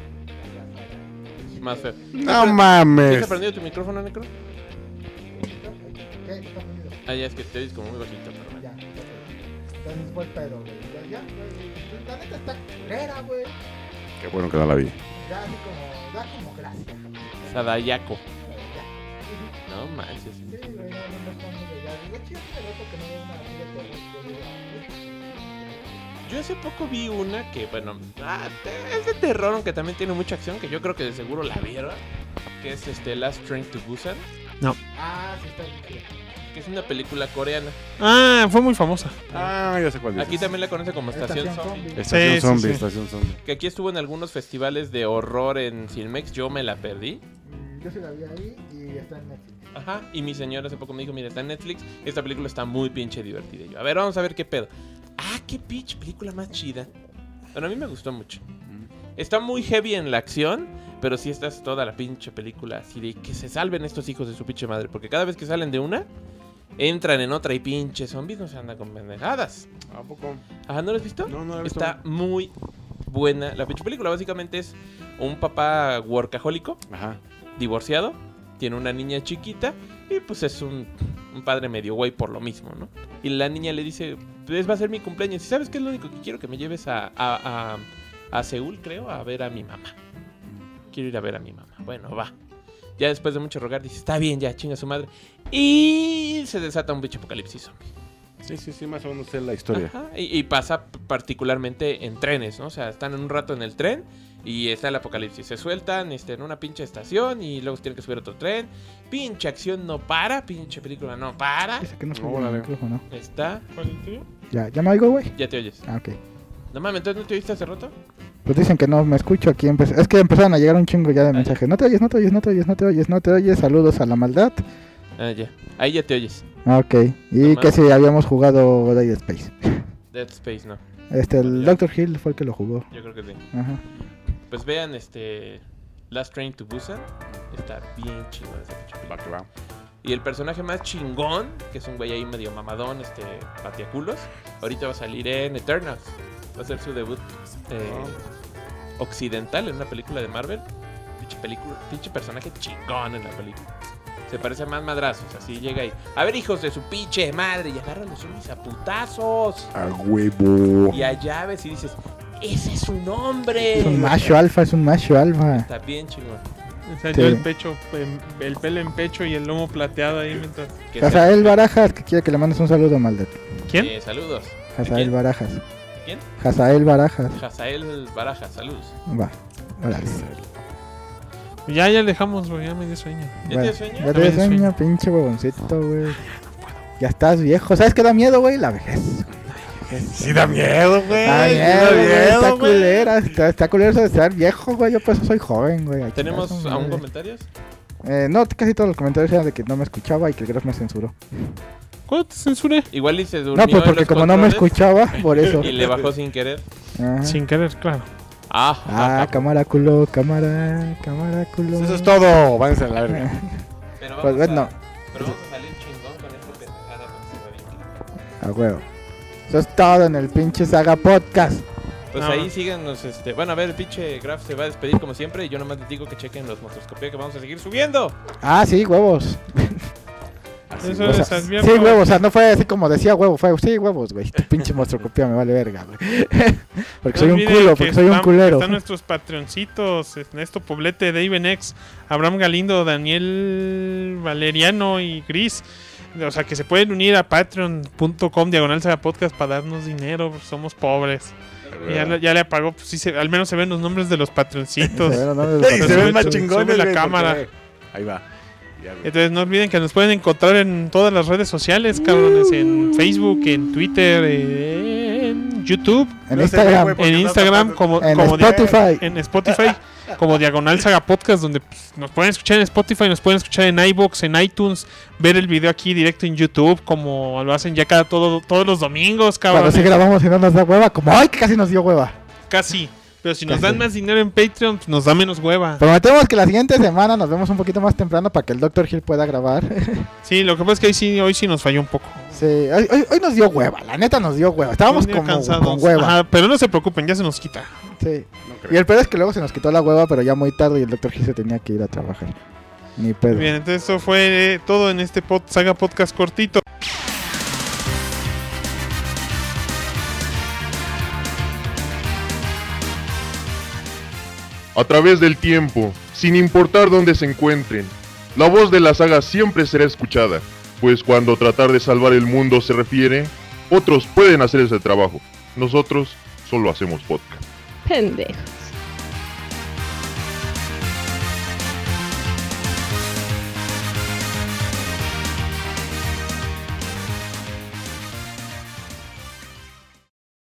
Más feo. ¡No ¿Tienes mames! prendido tu micrófono, Necro? ¿Qué? ¿Está prendido? Ah, ya es que te oyes como muy bajito, pero bueno. Ya, ok. Entonces fue el pedo, güey. Ya, güey. La neta está culera, güey. Qué bueno que no la vi. Ya así como, da como gracia. Sadayako. Ya. No manches. Sí, güey, no está muy de ya. Digo, chido que el otro que no veo una amiga de terror, yo digo, Yo hace poco vi una que, bueno, es de terror, aunque también tiene mucha acción, que yo creo que de seguro la vieron, que es Last Train to Busan, Ah, sí está bien chida. que es una película coreana. Ah, fue muy famosa. Ah, ya sé cuál es. Aquí también la conoce como Estación Estación Zombie. Zombie. Estación Sí, Zombie, sí. Estación Zombie. Que aquí estuvo en algunos festivales de horror en Filmex, yo me la perdí. Yo sí la vi ahí y está en Netflix. Ajá, y mi señora hace poco me dijo, mira, está en Netflix, esta película está muy pinche divertida. Y yo, a ver, vamos a ver qué pedo. Ah, qué pinche película más chida. Bueno, a mí me gustó mucho. Está muy heavy en la acción, pero sí está toda la pinche película así de que se salven estos hijos de su pinche madre. Porque cada vez que salen de una, entran en otra y pinche zombies no se andan con pendejadas. ¿A poco? Ajá, ¿no lo has visto? No, no la he visto. Está muy buena. La pinche película básicamente es un papá workahólico, Ajá. divorciado, tiene una niña chiquita y pues es un padre medio güey por lo mismo, ¿no? Y la niña le dice, pues va a ser mi cumpleaños y ¿sabes qué es lo único que quiero? Que me lleves a Seúl, creo, a ver a mi mamá. Quiero ir a ver a mi mamá. Bueno, va. Ya después de mucho rogar dice, está bien, ya, chinga su madre. Y se desata un bicho apocalipsis zombie. Sí, más o menos sé la historia. Ajá, y pasa particularmente en trenes, ¿no? O sea, están en un rato en el tren y está el apocalipsis. Se sueltan en una pinche estación y luego se tienen que subir a otro tren. Pinche acción no para, pinche película no para. Dice que no se No, oye el órale. micrófono. Está... ¿Cuál es el tuyo? ¿Ya me oigo, güey? Ya te oyes. Ah, ok. No mames, ¿entonces no te oíste hace rato? Pues dicen que no me escucho aquí. Es que empezaron a llegar un chingo ya de mensajes. No te oyes, no te oyes, no te oyes, no te oyes, no te oyes. Saludos a la maldad. Ah, ya. Ahí ya te oyes. Ah, ok. Y No que mames. si habíamos jugado Dead Space. Dead Space, no. El Ya. Dr. Hill fue el que lo jugó. Yo creo que sí. Ajá. Pues vean Last Train to Busan. Está bien chingón esa pinche película. Va que va. Y el personaje más chingón, que es un güey ahí medio mamadón, pateaculos, ahorita va a salir en Eternals. Va a ser su debut occidental en una película de Marvel. Pinche personaje chingón en la película. Se parece a más madrazos, así llega ahí. A ver, hijos de su pinche madre, y agarran los zombies a putazos. A huevo. Y a llaves y dices, ese es su nombre. Es un macho alfa, es un macho alfa. Está bien chingón. Salió Sí. el pecho, el pelo en pecho y el lomo plateado ahí mientras... Que Hazael Barajas, que quiere que le mandes un saludo, maldad. ¿Quién? Saludos. Hazael ¿Quién? Barajas. ¿Quién? Hazael Barajas. Hazael Baraja, saludos. Va. Órale. Ya le dejamos, güey, ya me dio sueño. ¿Ya Bueno, tienes sueño? Ya Ya te me dio dio sueño, pinche huevoncito, güey. Ya estás viejo. ¿Sabes qué da miedo, güey? La vejez. Sí da miedo, güey. Da Sí miedo, da güey. Está miedo, güey. culera. Está culero eso de estar viejo, güey. Yo por eso soy joven, güey. Ay, ¿Tenemos chingazo, aún madre. comentarios? No, casi todos los comentarios eran de que no me escuchaba y que el Graf me censuró. ¿Cuándo te censuré? Igual y se durmió No, pues en porque los como no me controles escuchaba, por eso. y le bajó sin querer. Ajá. Sin querer, claro. Ah, cámara culo, cámara culo. Eso es todo. Váyanse a la verga. Pero Pues vamos, bueno, pero vamos a salir chingón con esta pendejada con Cebadín. a huevo. Eso es todo en el pinche Saga Podcast. Pues No. ahí síganos, bueno, a ver, el pinche Graf se va a despedir como siempre y yo nomás les digo que chequen los monstroscopía que vamos a seguir subiendo. Ah, sí, huevos. Eso O es sea, adviento. sí, huevos, o sea, no fue así como decía huevo, fue sí, huevos, güey. Tu pinche monstrocopía me vale verga, güey. Porque soy No un olviden culo, que porque soy un están- culero. Están nuestros patreoncitos, Ernesto Poblete, Dave X, Abraham Galindo, Daniel Valeriano y Gris. O sea, que se pueden unir a patreon.com/podcast para darnos dinero, somos pobres. Y ya le apagó, pues sí, al menos se ven los nombres de los patreoncitos. Se ven, ¿no? Y se ven más Sube chingones, la güey, cámara. porque- Ahí va. Ya, güey. Entonces no olviden que nos pueden encontrar en todas las redes sociales, cabrones, en Facebook, en Twitter, en YouTube, En No se ve, Instagram, güey, porque en no Instagram está- como en como Spotify. en Spotify como Diagonal Saga Podcast, donde pues, nos pueden escuchar en Spotify, nos pueden escuchar en iVoox, en iTunes, ver el video aquí directo en YouTube, como lo hacen ya todos los domingos, Cuando cabrones. sí grabamos y no nos da hueva, como ay, que casi nos dio hueva. Casi. Pero si nos Casi. dan más dinero en Patreon, pues, nos da menos hueva. Prometemos que la siguiente semana nos vemos un poquito más temprano para que el Dr. Hill pueda grabar. Sí, lo que pasa es que hoy sí nos falló un poco. Sí, hoy nos dio hueva, la neta nos dio hueva. Estábamos Un día como cansados. con hueva. Ajá, pero no se preocupen, ya se nos quita. Sí. No Y creo. el pedo es que luego se nos quitó la hueva, pero ya muy tarde y el Dr. Hill se tenía que ir a trabajar. Ni pedo. Bien, entonces eso fue todo en este Saga Podcast cortito. A través del tiempo, sin importar dónde se encuentren, la voz de la saga siempre será escuchada, pues cuando tratar de salvar el mundo se refiere, otros pueden hacer ese trabajo. Nosotros solo hacemos podcast. Pendejos.